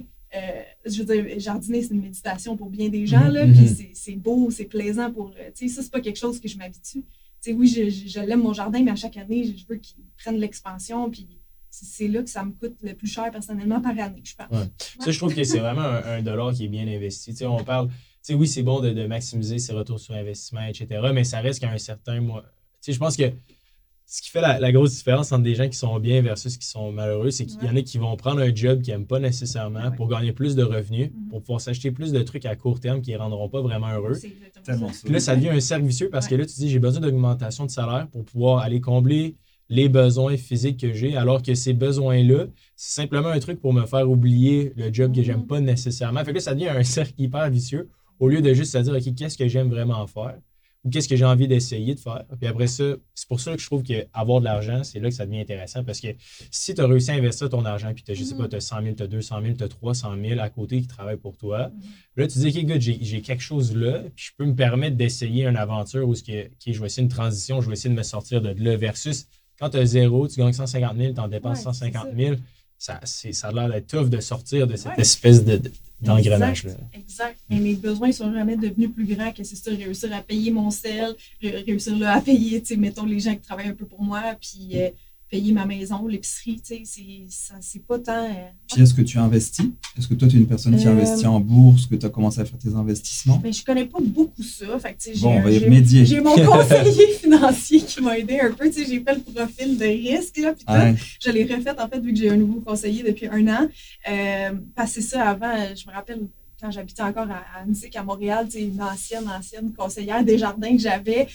S2: Je veux dire, jardiner, c'est une méditation pour bien des gens. Là, puis c'est beau, c'est plaisant pour... ça, c'est pas quelque chose que je m'habitue. Oui, je l'aime mon jardin, mais à chaque année, je veux qu'il prenne l'expansion. Puis c'est là que ça me coûte le plus cher personnellement par année, je pense.
S1: Ça, je trouve que c'est vraiment un dollar qui est bien investi. On parle... oui, c'est bon de maximiser ses retours sur investissement, etc., mais ça reste qu'à un certain mois. Je pense que ce qui fait la grosse différence entre des gens qui sont bien versus qui sont malheureux, c'est qu'il y en a qui vont prendre un job qu'ils n'aiment pas nécessairement pour gagner plus de revenus, pour pouvoir s'acheter plus de trucs à court terme qui ne les rendront pas vraiment heureux. Puis là, ça devient un cercle vicieux parce que là, tu dis, j'ai besoin d'augmentation de salaire pour pouvoir aller combler les besoins physiques que j'ai, alors que ces besoins-là, c'est simplement un truc pour me faire oublier le job que j'aime pas nécessairement. Fait que là, ça devient un cercle hyper vicieux au lieu de juste se dire, OK, qu'est-ce que j'aime vraiment faire? Ou qu'est-ce que j'ai envie d'essayer de faire. Puis après ça, c'est pour ça que je trouve qu'avoir de l'argent, c'est là que ça devient intéressant parce que si tu as réussi à investir ton argent, puis je sais pas, tu as 100 000, tu as 200 000, tu as 300 000 à côté qui travaillent pour toi, là, tu dis, OK, good, j'ai quelque chose là, puis je peux me permettre d'essayer une aventure où je vais essayer une transition, je vais essayer de me sortir de là versus quand tu as zéro, tu gagnes 150 000, tu en dépenses 150 000. Ça a l'air d'être tough de sortir de cette espèce d'engrenage-là.
S2: Exact. Mais mes besoins ne sont jamais devenus plus grands que c'est ça, réussir à payer mon sel, réussir là, à payer, mettons, les gens qui travaillent un peu pour moi, puis payer ma maison, l'épicerie, c'est pas tant...
S3: Puis est-ce que tu investis? Est-ce que toi, tu es une personne qui investit en bourse, que tu as commencé à faire tes investissements?
S2: Ben, je connais pas beaucoup ça. Fait que,
S3: on va y remédier.
S2: J'ai mon conseiller financier qui m'a aidé un peu. J'ai fait le profil de risque, là, puis je l'ai refait, en fait, vu que j'ai un nouveau conseiller depuis 1 an. Parce que ça, avant, je me rappelle... Quand j'habitais encore à Annecy, à Montréal, une ancienne conseillère des jardins que j'avais,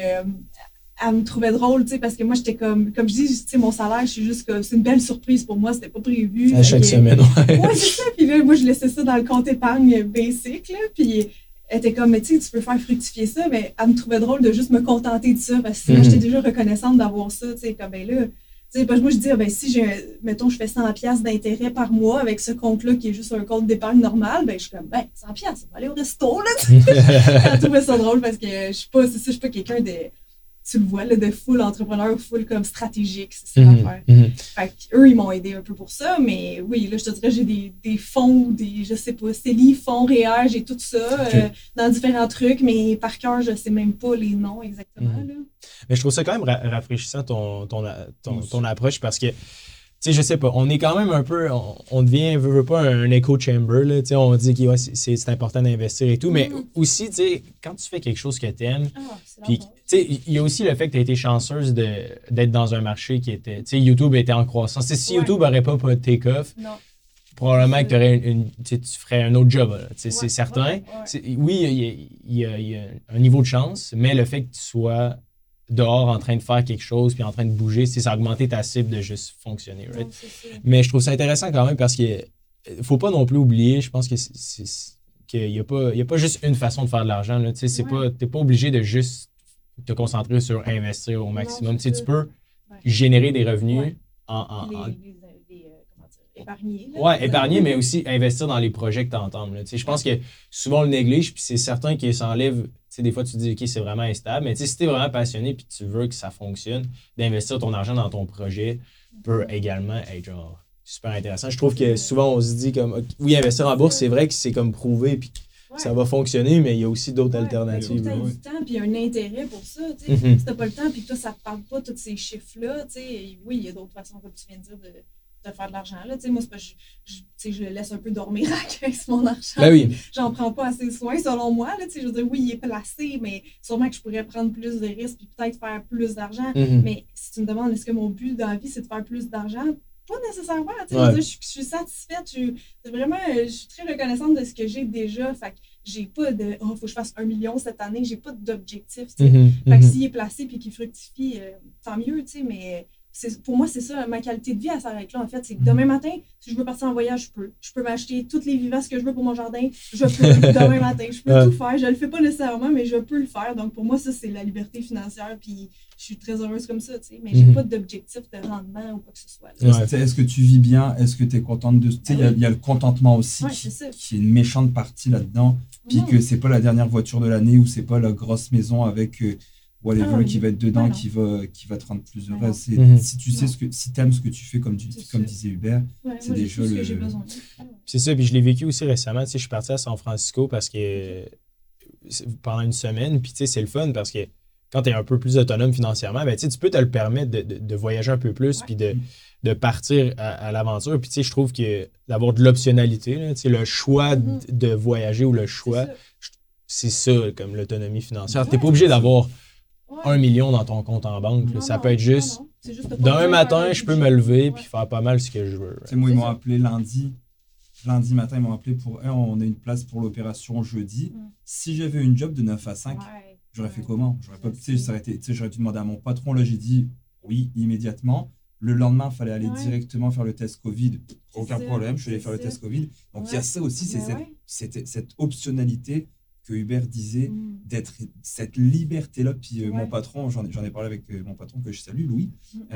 S2: elle me trouvait drôle, parce que moi, j'étais comme je dis, mon salaire, je suis juste comme, c'est une belle surprise pour moi, c'était pas prévu.
S1: À chaque semaine,
S2: ouais, c'est ça. Puis là, moi, je laissais ça dans le compte épargne basic, là, puis elle était comme, mais tu peux faire fructifier ça, mais elle me trouvait drôle de juste me contenter de ça, parce que moi, j'étais déjà reconnaissante d'avoir ça, comme, ben là, parce que moi, je dis, si mettons, je fais 100$ d'intérêt par mois avec ce compte-là qui est juste un compte d'épargne normal, ben, je suis comme, 100$, on va aller au resto, là, Elle trouvait ça drôle parce que je suis pas quelqu'un de, tu le vois, là, de full entrepreneur, full comme stratégique, c'est ça l'affaire. Fait qu'eux, ils m'ont aidé un peu pour ça, mais oui, là, je te dirais, j'ai des fonds, je sais pas, CELI, fonds REER, j'ai tout ça dans différents trucs, mais par cœur, je sais même pas les noms exactement, là.
S1: Mais je trouve ça quand même rafraîchissant ton approche parce que, tu sais, je sais pas, on est quand même un peu, on devient, veut pas un echo chamber, là, tu sais, on dit que c'est important d'investir et tout, mais aussi, tu sais, quand tu fais quelque chose que t'aimes, puis, tu sais, il y a aussi le fait que tu as été chanceuse d'être dans un marché qui était, tu sais, YouTube était en croissance. T'sais, si YouTube n'aurait pas take-off, probablement que tu ferais un autre job, c'est certain. Oui, il y a un niveau de chance, mais le fait que tu sois dehors en train de faire quelque chose puis en train de bouger, ça a augmenté ta cible de juste fonctionner. Right? Mais je trouve ça intéressant quand même parce qu'il ne faut pas non plus oublier, je pense que qu'il n'y a pas juste une façon de faire de l'argent. Tu n'es pas obligé de juste te concentrer sur investir au maximum. Tu peux générer des revenus
S2: épargner.
S1: Épargner, mais aussi investir dans les projets que tu entends. Je pense que souvent on le néglige, puis c'est certain qu'il s'enlève. Des fois, tu te dis, OK, c'est vraiment instable. Mais si tu es vraiment passionné et tu veux que ça fonctionne, d'investir ton argent dans ton projet peut également être genre super intéressant. Je trouve que souvent, on se dit comme, oui, investir en bourse, c'est vrai que c'est comme prouvé puis ça va fonctionner, mais il y a aussi d'autres alternatives.
S2: Il faut du temps puis un intérêt pour ça. Si tu n'as pas le temps puis que toi, ça ne te parle pas, tous ces chiffres-là, oui, il y a d'autres façons, comme tu viens de dire, de faire de l'argent. Là. Moi, c'est pas, je laisse un peu dormir avec mon argent.
S1: Ben oui.
S2: J'en prends pas assez soin, selon moi. Là, je veux dire, oui, il est placé, mais sûrement que je pourrais prendre plus de risques et peut-être faire plus d'argent. Mais si tu me demandes, est-ce que mon but dans la vie, c'est de faire plus d'argent? Pas nécessairement. Je suis satisfaite. Je suis très reconnaissante de ce que j'ai déjà. Fait que j'ai pas de « faut que je fasse 1 million cette année ». J'ai pas d'objectif. Fait que s'il est placé et qu'il fructifie, tant mieux, mais... Pour moi, c'est ça, ma qualité de vie, elle s'arrête là, en fait. C'est que demain matin, si je veux partir en voyage, je peux. Je peux m'acheter toutes les vivaces que je veux pour mon jardin. Je peux, demain matin. Je peux tout faire. Je le fais pas nécessairement, mais je peux le faire. Donc, pour moi, ça, c'est la liberté financière. Puis, je suis très heureuse comme ça, tu sais. Mais j'ai pas d'objectif de rendement ou quoi que ce soit.
S3: Est-ce que tu vis bien? Est-ce que tu es contente de... Tu sais, il y a le contentement aussi qui est une méchante partie là-dedans. Puis que c'est pas la dernière voiture de l'année ou c'est pas la grosse maison avec... whatever qui va être dedans, qui va te rendre plus heureux. Si tu sais si t'aimes ce que tu fais, comme disait Hubert, c'est déjà le...
S1: C'est ça, puis je l'ai vécu aussi récemment. Je suis parti à San Francisco parce que pendant une semaine, puis c'est le fun parce que quand tu es un peu plus autonome financièrement, ben, tu peux te le permettre de voyager un peu plus, puis de partir à l'aventure. Puis je trouve que d'avoir de l'optionnalité, le choix de voyager ou le choix... c'est ça, comme l'autonomie financière. T'es pas obligé d'avoir 1 million dans ton compte en banque.
S2: Non,
S1: ça peut être juste,
S2: c'est juste
S1: d'un matin, je peux me lever puis faire pas mal ce que je veux.
S3: Tu sais, moi, ils m'ont appelé lundi matin, ils m'ont appelé pour on a une place pour l'opération jeudi. Si j'avais une job de 9 à 5, j'aurais fait comment? J'aurais pas, j'aurais dû demander à mon patron. Là, j'ai dit oui immédiatement. Le lendemain, il fallait aller directement faire le test Covid. Aucun problème, je suis allé faire le test Covid. Donc, il y a ça aussi, c'est cette optionnalité que Hubert disait, d'être cette liberté-là. Puis mon patron, j'en ai parlé avec mon patron que je salue, Louis,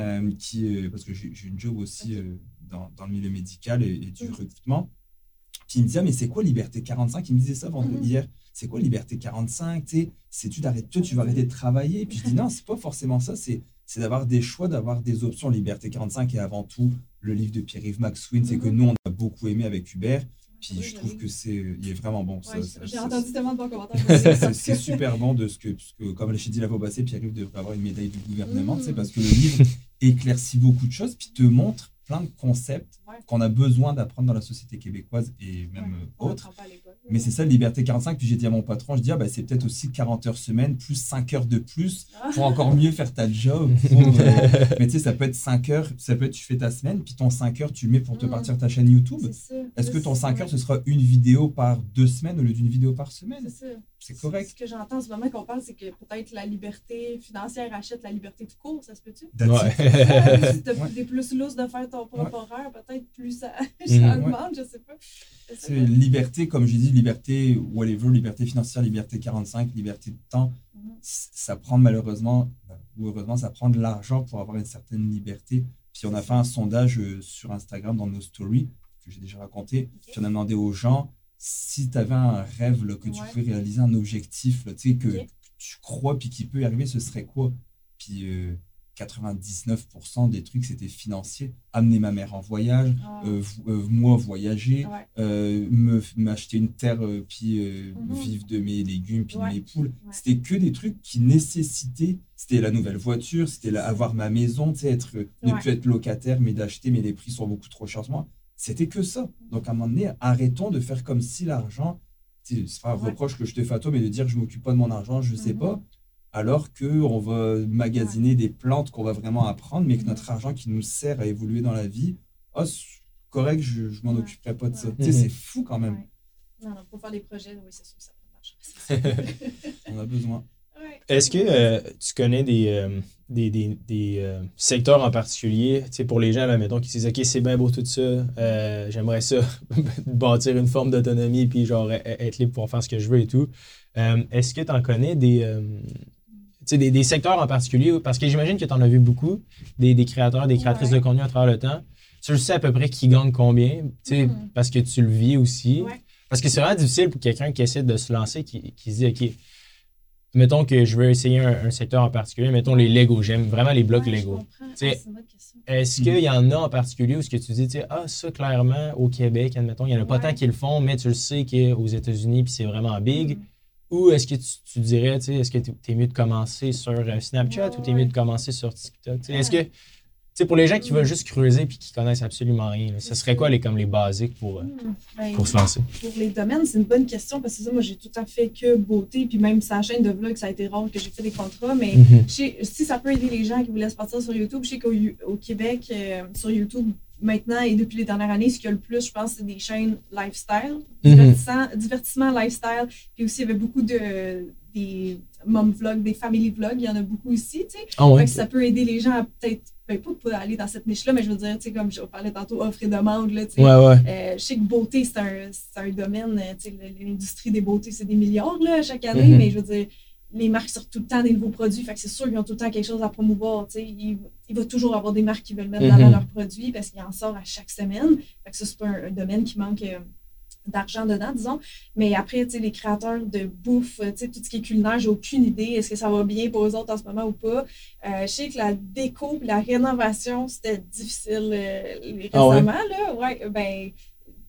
S3: parce que j'ai une job aussi dans le milieu médical et du recrutement. Puis il me disait, mais c'est quoi Liberté 45? Il me disait ça hier. C'est quoi Liberté 45? Tu vas arrêter de travailler. Puis je dis, non, c'est pas forcément ça. C'est d'avoir des choix, d'avoir des options. Liberté 45 est avant tout le livre de Pierre-Yves McSween. C'est que nous, on a beaucoup aimé avec Hubert. Puis je trouve que il est vraiment bon.
S2: J'ai entendu tellement de bons commentaires.
S3: C'est super bon parce que, comme j'ai dit la fois passée, Pierre-Yves devrait avoir une médaille du gouvernement, parce que le livre éclaircit beaucoup de choses, puis te montre plein de concepts qu'on a besoin d'apprendre dans la société québécoise et même autre. Mais c'est ça, Liberté 45. Puis j'ai dit à mon patron, je dis, c'est peut-être aussi 40 heures semaine, plus 5 heures de plus pour encore mieux faire ta job. Mais tu sais, ça peut être 5 heures, ça peut être tu fais ta semaine, puis ton 5 heures, tu le mets pour te partir ta chaîne YouTube. Est-ce que ton 5 heures, ce sera une vidéo par 2 semaines au lieu d'une vidéo par semaine? C'est correct.
S2: Ce que j'entends en ce moment qu'on parle, c'est que peut-être la liberté financière achète la liberté de cours, ça se peut-tu? Si t'es plus lourd de faire ton propre horaire, peut-être plus ça augmente, je sais pas.
S3: C'est liberté, comme j'ai dit, liberté whatever, liberté financière, liberté 45, liberté de temps. Ça prend malheureusement, ou heureusement, ça prend de l'argent pour avoir une certaine liberté. Puis on a fait un sondage sur Instagram dans nos stories, que j'ai déjà raconté. Puis on a demandé aux gens, si tu avais un rêve là, que tu pouvais réaliser, un objectif là, que tu crois puis qui peut y arriver, ce serait quoi? Puis 99% des trucs, c'était financier. Amener ma mère en voyage, moi voyager, m'acheter une terre, puis vivre de mes légumes, puis de mes poules. C'était que des trucs qui nécessitaient, c'était la nouvelle voiture, c'était avoir ma maison, ne plus être locataire, mais d'acheter, mais les prix sont beaucoup trop chers. Moi, c'était que ça. Donc, à un moment donné, arrêtons de faire comme si l'argent, c'est pas un reproche que je te fais à toi, mais de dire je ne m'occupe pas de mon argent, je ne sais pas. Alors qu'on va magasiner des plantes qu'on va vraiment apprendre, mais que notre argent qui nous sert à évoluer dans la vie, c'est correct, je ne m'en occuperai pas de ça. C'est fou quand même.
S2: Non, pour faire des projets, oui, c'est sûr que ça peut marcher.
S3: On a besoin.
S1: Est-ce que tu connais des secteurs en particulier, pour les gens, là, mettons, qui disent « OK, c'est bien beau tout ça, j'aimerais ça, bâtir une forme d'autonomie, puis genre être libre pour faire ce que je veux et tout. » Est-ce que tu en connais des secteurs en particulier? Parce que j'imagine que tu en as vu beaucoup, des créateurs, des créatrices de contenu à travers le temps. Tu sais à peu près qui gagne combien, parce que tu le vis aussi. Parce que c'est vraiment difficile pour quelqu'un qui essaie de se lancer, qui se dit « OK, mettons que je veux essayer un secteur en particulier, mettons les Lego, j'aime vraiment les blocs Lego. » Est-ce qu'il y en a en particulier où ce que tu dis, ça clairement au Québec, admettons, il n'y en a pas tant qui le font, mais tu le sais qu'aux États-Unis, puis c'est vraiment big. Ou est-ce que tu dirais, est-ce que tu es mieux de commencer sur Snapchat ou tu es mieux de commencer sur TikTok? Est-ce que, pour les gens qui veulent juste creuser et qui connaissent absolument rien, ce serait quoi les basiques pour se lancer?
S2: Pour les domaines, c'est une bonne question parce que ça, moi, j'ai tout à fait que beauté. Puis même sa chaîne de vlog, ça a été rare que j'ai fait des contrats. Mais si ça peut aider les gens qui voulaient se partir sur YouTube, je sais qu'au Québec, sur YouTube, maintenant et depuis les dernières années, ce qu'il y a le plus, je pense, c'est des chaînes lifestyle, divertissement lifestyle. Puis aussi, il y avait beaucoup des mom vlogs, des family vlogs. Il y en a beaucoup aussi, tu sais. Ça peut aider les gens à peut-être pas aller dans cette niche-là, mais je veux dire, tu sais, comme je parlais tantôt, offre et demande, là, tu sais. Je sais que beauté, c'est un domaine, tu sais, l'industrie des beautés, c'est des milliards, là, chaque année, mais je veux dire, les marques sortent tout le temps des nouveaux produits, fait que c'est sûr qu'ils ont tout le temps quelque chose à promouvoir, tu sais. Il va toujours avoir des marques qui veulent mettre dans leurs produits parce qu'il en sort à chaque semaine. Fait que ça, c'est pas un domaine qui manque d'argent dedans, disons. Mais après, tu sais, les créateurs de bouffe, tu sais, tout ce qui est culinaire, j'ai aucune idée. Est-ce que ça va bien pour eux autres en ce moment ou pas? Je sais que la déco et la rénovation, c'était difficile récemment, là.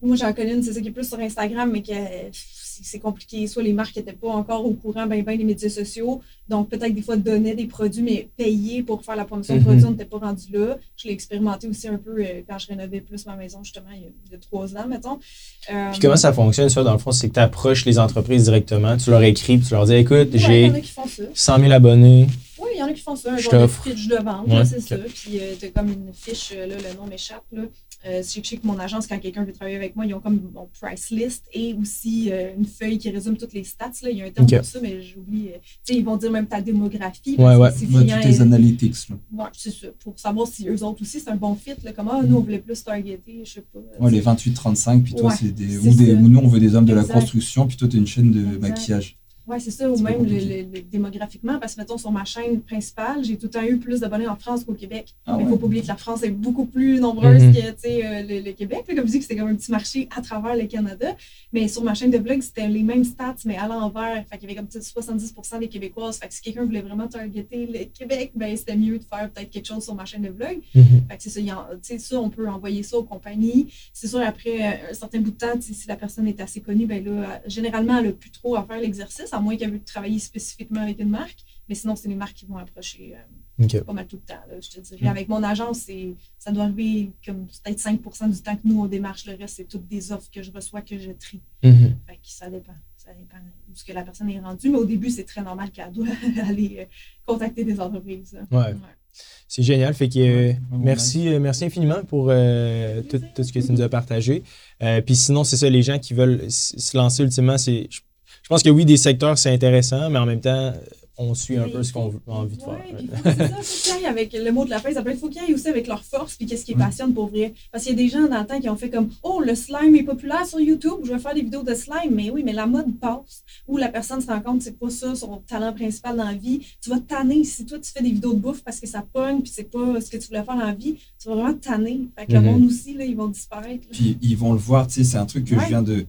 S2: Moi, j'en connais une, c'est ça qui est plus sur Instagram, mais que c'est compliqué. Soit les marques n'étaient pas encore au courant ben des médias sociaux, donc peut-être des fois donnaient des produits, mais payer pour faire la promotion de produits, on n'était pas rendu là. Je l'ai expérimenté aussi un peu quand je rénovais plus ma maison, justement, il y a 3 ans, mettons.
S1: Puis comment ça fonctionne, ça, dans le fond? C'est que tu approches les entreprises directement, tu leur écris, puis tu leur dis, écoute, j'ai 100 000 abonnés.
S2: Oui, il y en a qui font ça, un genre de fiche de vente, c'est ça. Puis tu as comme une fiche, là, le nom m'échappe, là. Je sais que mon agence, quand quelqu'un veut travailler avec moi, ils ont comme mon price list et aussi une feuille qui résume toutes les stats. Là. Il y a un terme pour ça, mais j'oublie. Ils vont dire même ta démographie.
S3: Si toutes les analytics.
S2: Oui, c'est ça. Pour savoir si eux autres aussi, c'est un bon fit. Là. Comme, nous, on voulait plus targeter, je sais pas.
S3: Les 28-35, puis toi, c'est des. Ou nous, on veut des hommes de la construction, puis toi, tu as une chaîne de maquillage.
S2: Oui, c'est ça, ou même démographiquement, parce que mettons sur ma chaîne principale, j'ai tout le temps eu plus d'abonnés en France qu'au Québec. Mais il ne faut pas oublier que la France est beaucoup plus nombreuse que le Québec. Là, comme je dis que c'était comme un petit marché à travers le Canada. Mais sur ma chaîne de blog, c'était les mêmes stats, mais à l'envers. Fait qu'il y avait comme 70% des Québécoises. Fait que si quelqu'un voulait vraiment targeter le Québec, ben c'était mieux de faire peut-être quelque chose sur ma chaîne de blog. Fait que c'est ça, ça, on peut envoyer ça aux compagnies. C'est sûr, après un certain bout de temps, si la personne est assez connue, ben là, généralement, elle n'a plus trop à faire l'exercice, à moins qu'elle veuille travailler spécifiquement avec une marque. Mais sinon, c'est les marques qui vont approcher pas mal tout le temps, là, je te dirais. Avec mon agence, ça doit arriver comme peut-être 5% du temps que nous, on démarche. Le reste, c'est toutes des offres que je reçois, que je trie. Fait que ça dépend. Ça dépend de ce que la personne est rendue. Mais au début, c'est très normal qu'elle doit aller contacter des entreprises.
S1: Ouais. C'est génial. Fait que merci infiniment pour tout ce que tu nous as partagé. Puis sinon, c'est ça, les gens qui veulent se lancer ultimement, je pense que oui, des secteurs, c'est intéressant, mais en même temps, on suit un peu ce qu'on a envie de faire.
S2: Oui, c'est ça, il faut qu'il y ait avec le mot de la fin, il faut qu'il y ait aussi avec leur force puis qu'est-ce qui est passionne pour vrai. Parce qu'il y a des gens dans le temps qui ont fait comme « Oh, le slime est populaire sur YouTube, je vais faire des vidéos de slime. » Mais oui, mais la mode passe. Ou la personne se rend compte que c'est pas ça son talent principal dans la vie. Tu vas te tanner. Si toi, tu fais des vidéos de bouffe parce que ça pogne puis c'est pas ce que tu voulais faire dans la vie, tu vas vraiment te tanner. Fait que le monde aussi, là, ils vont disparaître. Là.
S3: Puis ils vont le voir, tu sais, c'est un truc que je viens de...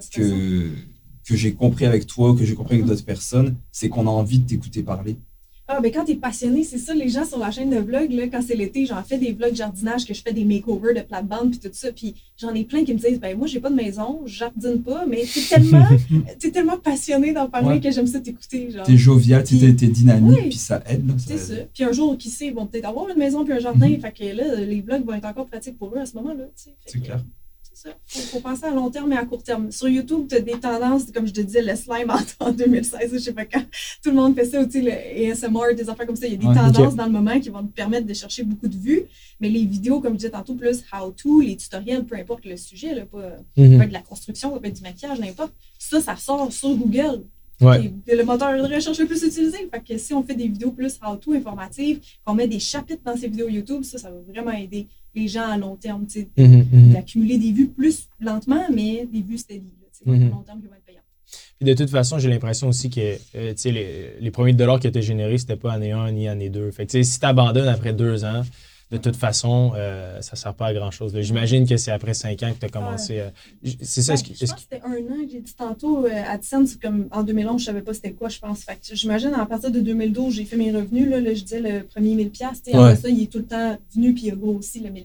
S3: que j'ai compris avec toi, que j'ai compris avec d'autres personnes, c'est qu'on a envie de t'écouter parler.
S2: Ah, ben quand t'es passionné, c'est ça, les gens sur la chaîne de vlog, là, quand c'est l'été, j'en fais des vlogs jardinage, que je fais des makeovers de plate-bande, puis tout ça, puis j'en ai plein qui me disent, ben moi, j'ai pas de maison, je jardine pas, mais t'es tellement passionné d'en parler que j'aime ça t'écouter. Genre.
S3: T'es jovial, t'es dynamique, puis ça aide. Là,
S2: c'est ça. Puis un jour, qui sait, ils vont peut-être avoir une maison puis un jardin, fait que là, les vlogs vont être encore pratiques pour eux à ce moment-là.
S3: C'est clair.
S2: Il faut penser à long terme et à court terme. Sur YouTube, tu as des tendances, comme je te disais, le slime en 2016, je sais pas quand. Tout le monde fait ça, le ASMR, des affaires comme ça. Il y a des tendances dans le moment qui vont te permettre de chercher beaucoup de vues. Mais les vidéos, comme je disais tantôt, plus how-to, les tutoriels, peu importe le sujet, là, pas de la construction, pas du maquillage, n'importe. Ça sort sur Google.
S1: Ouais.
S2: Le moteur de recherche le plus utilisé. Fait que si on fait des vidéos plus how-to, informatives, qu'on met des chapitres dans ces vidéos YouTube, ça va vraiment aider les gens à long terme, d'accumuler des vues plus lentement, mais des vues steady, à long terme qui vont être payantes.
S1: Puis de toute façon, j'ai l'impression aussi que les premiers dollars que tu as générés, c'était pas année 1 ni année 2. Fait que si tu abandonnes après 2 ans, de toute façon, ça ne sert pas à grand-chose. J'imagine que c'est après 5 ans que tu as commencé à... C'est ça,
S2: je pense que c'était 1 an que j'ai dit tantôt. AdSense, comme en 2011, je ne savais pas c'était quoi, je pense. Fait que j'imagine, à partir de 2012, j'ai fait mes revenus. Là, je disais le premier 1000$. Après ça, il est tout le temps venu, puis il a grossi le 1000$.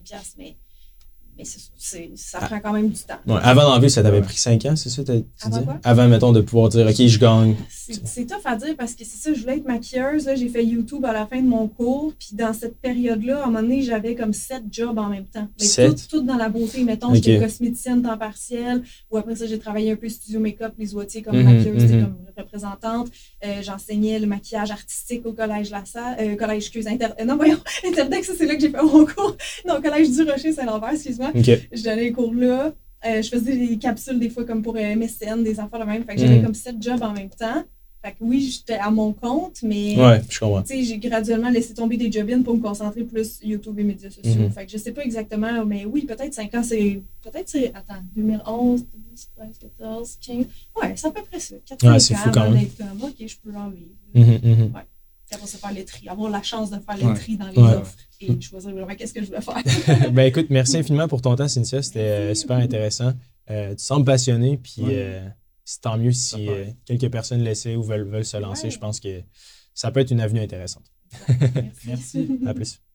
S2: Mais ça prend quand même du temps.
S1: Ouais, avant d'en vivre, ça t'avait pris 5 ans, c'est ça? Tu
S2: dis?
S1: Avant, mettons, de pouvoir dire, OK, je gagne.
S2: C'est tough à dire parce que c'est ça, je voulais être maquilleuse. Là, j'ai fait YouTube à la fin de mon cours. Puis dans cette période-là, à un moment donné, j'avais comme 7 jobs en même temps. Mais tout dans la beauté. Mettons, j'étais cosméticienne temps partiel. Ou après ça, j'ai travaillé un peu studio make-up, les oitiers comme maquilleuse, comme représentante. J'enseignais le maquillage artistique au collège collège Interdex, ça c'est là que j'ai fait mon cours. Non, collège du Rocher, Saint-Lambert, excuse-moi. Je donnais les cours là. Je faisais des capsules des fois comme pour MSN, des enfants de même. Fait que j'avais comme 7 jobs en même temps. Fait que oui, j'étais à mon compte, mais
S1: je comprends.
S2: J'ai graduellement laissé tomber des job-ins pour me concentrer plus YouTube et médias sociaux. Fait que je sais pas exactement, mais oui, peut-être 5 ans, attends, 2011, 12, 13, 14, 15. Ouais, c'est à peu près ça. 4
S1: c'est fou quand même.
S2: OK, je peux en vivre. Après ça, faire les tri, avoir la chance de faire les tri dans les offres et choisir vraiment qu'est-ce que je voulais faire.
S1: Ben écoute, merci infiniment pour ton temps, Cynthia. C'était super intéressant. Tu sembles passionné, puis c'est tant mieux si quelques personnes l'essaient ou veulent se lancer. Je pense que ça peut être une avenue intéressante.
S2: Merci.
S1: À plus.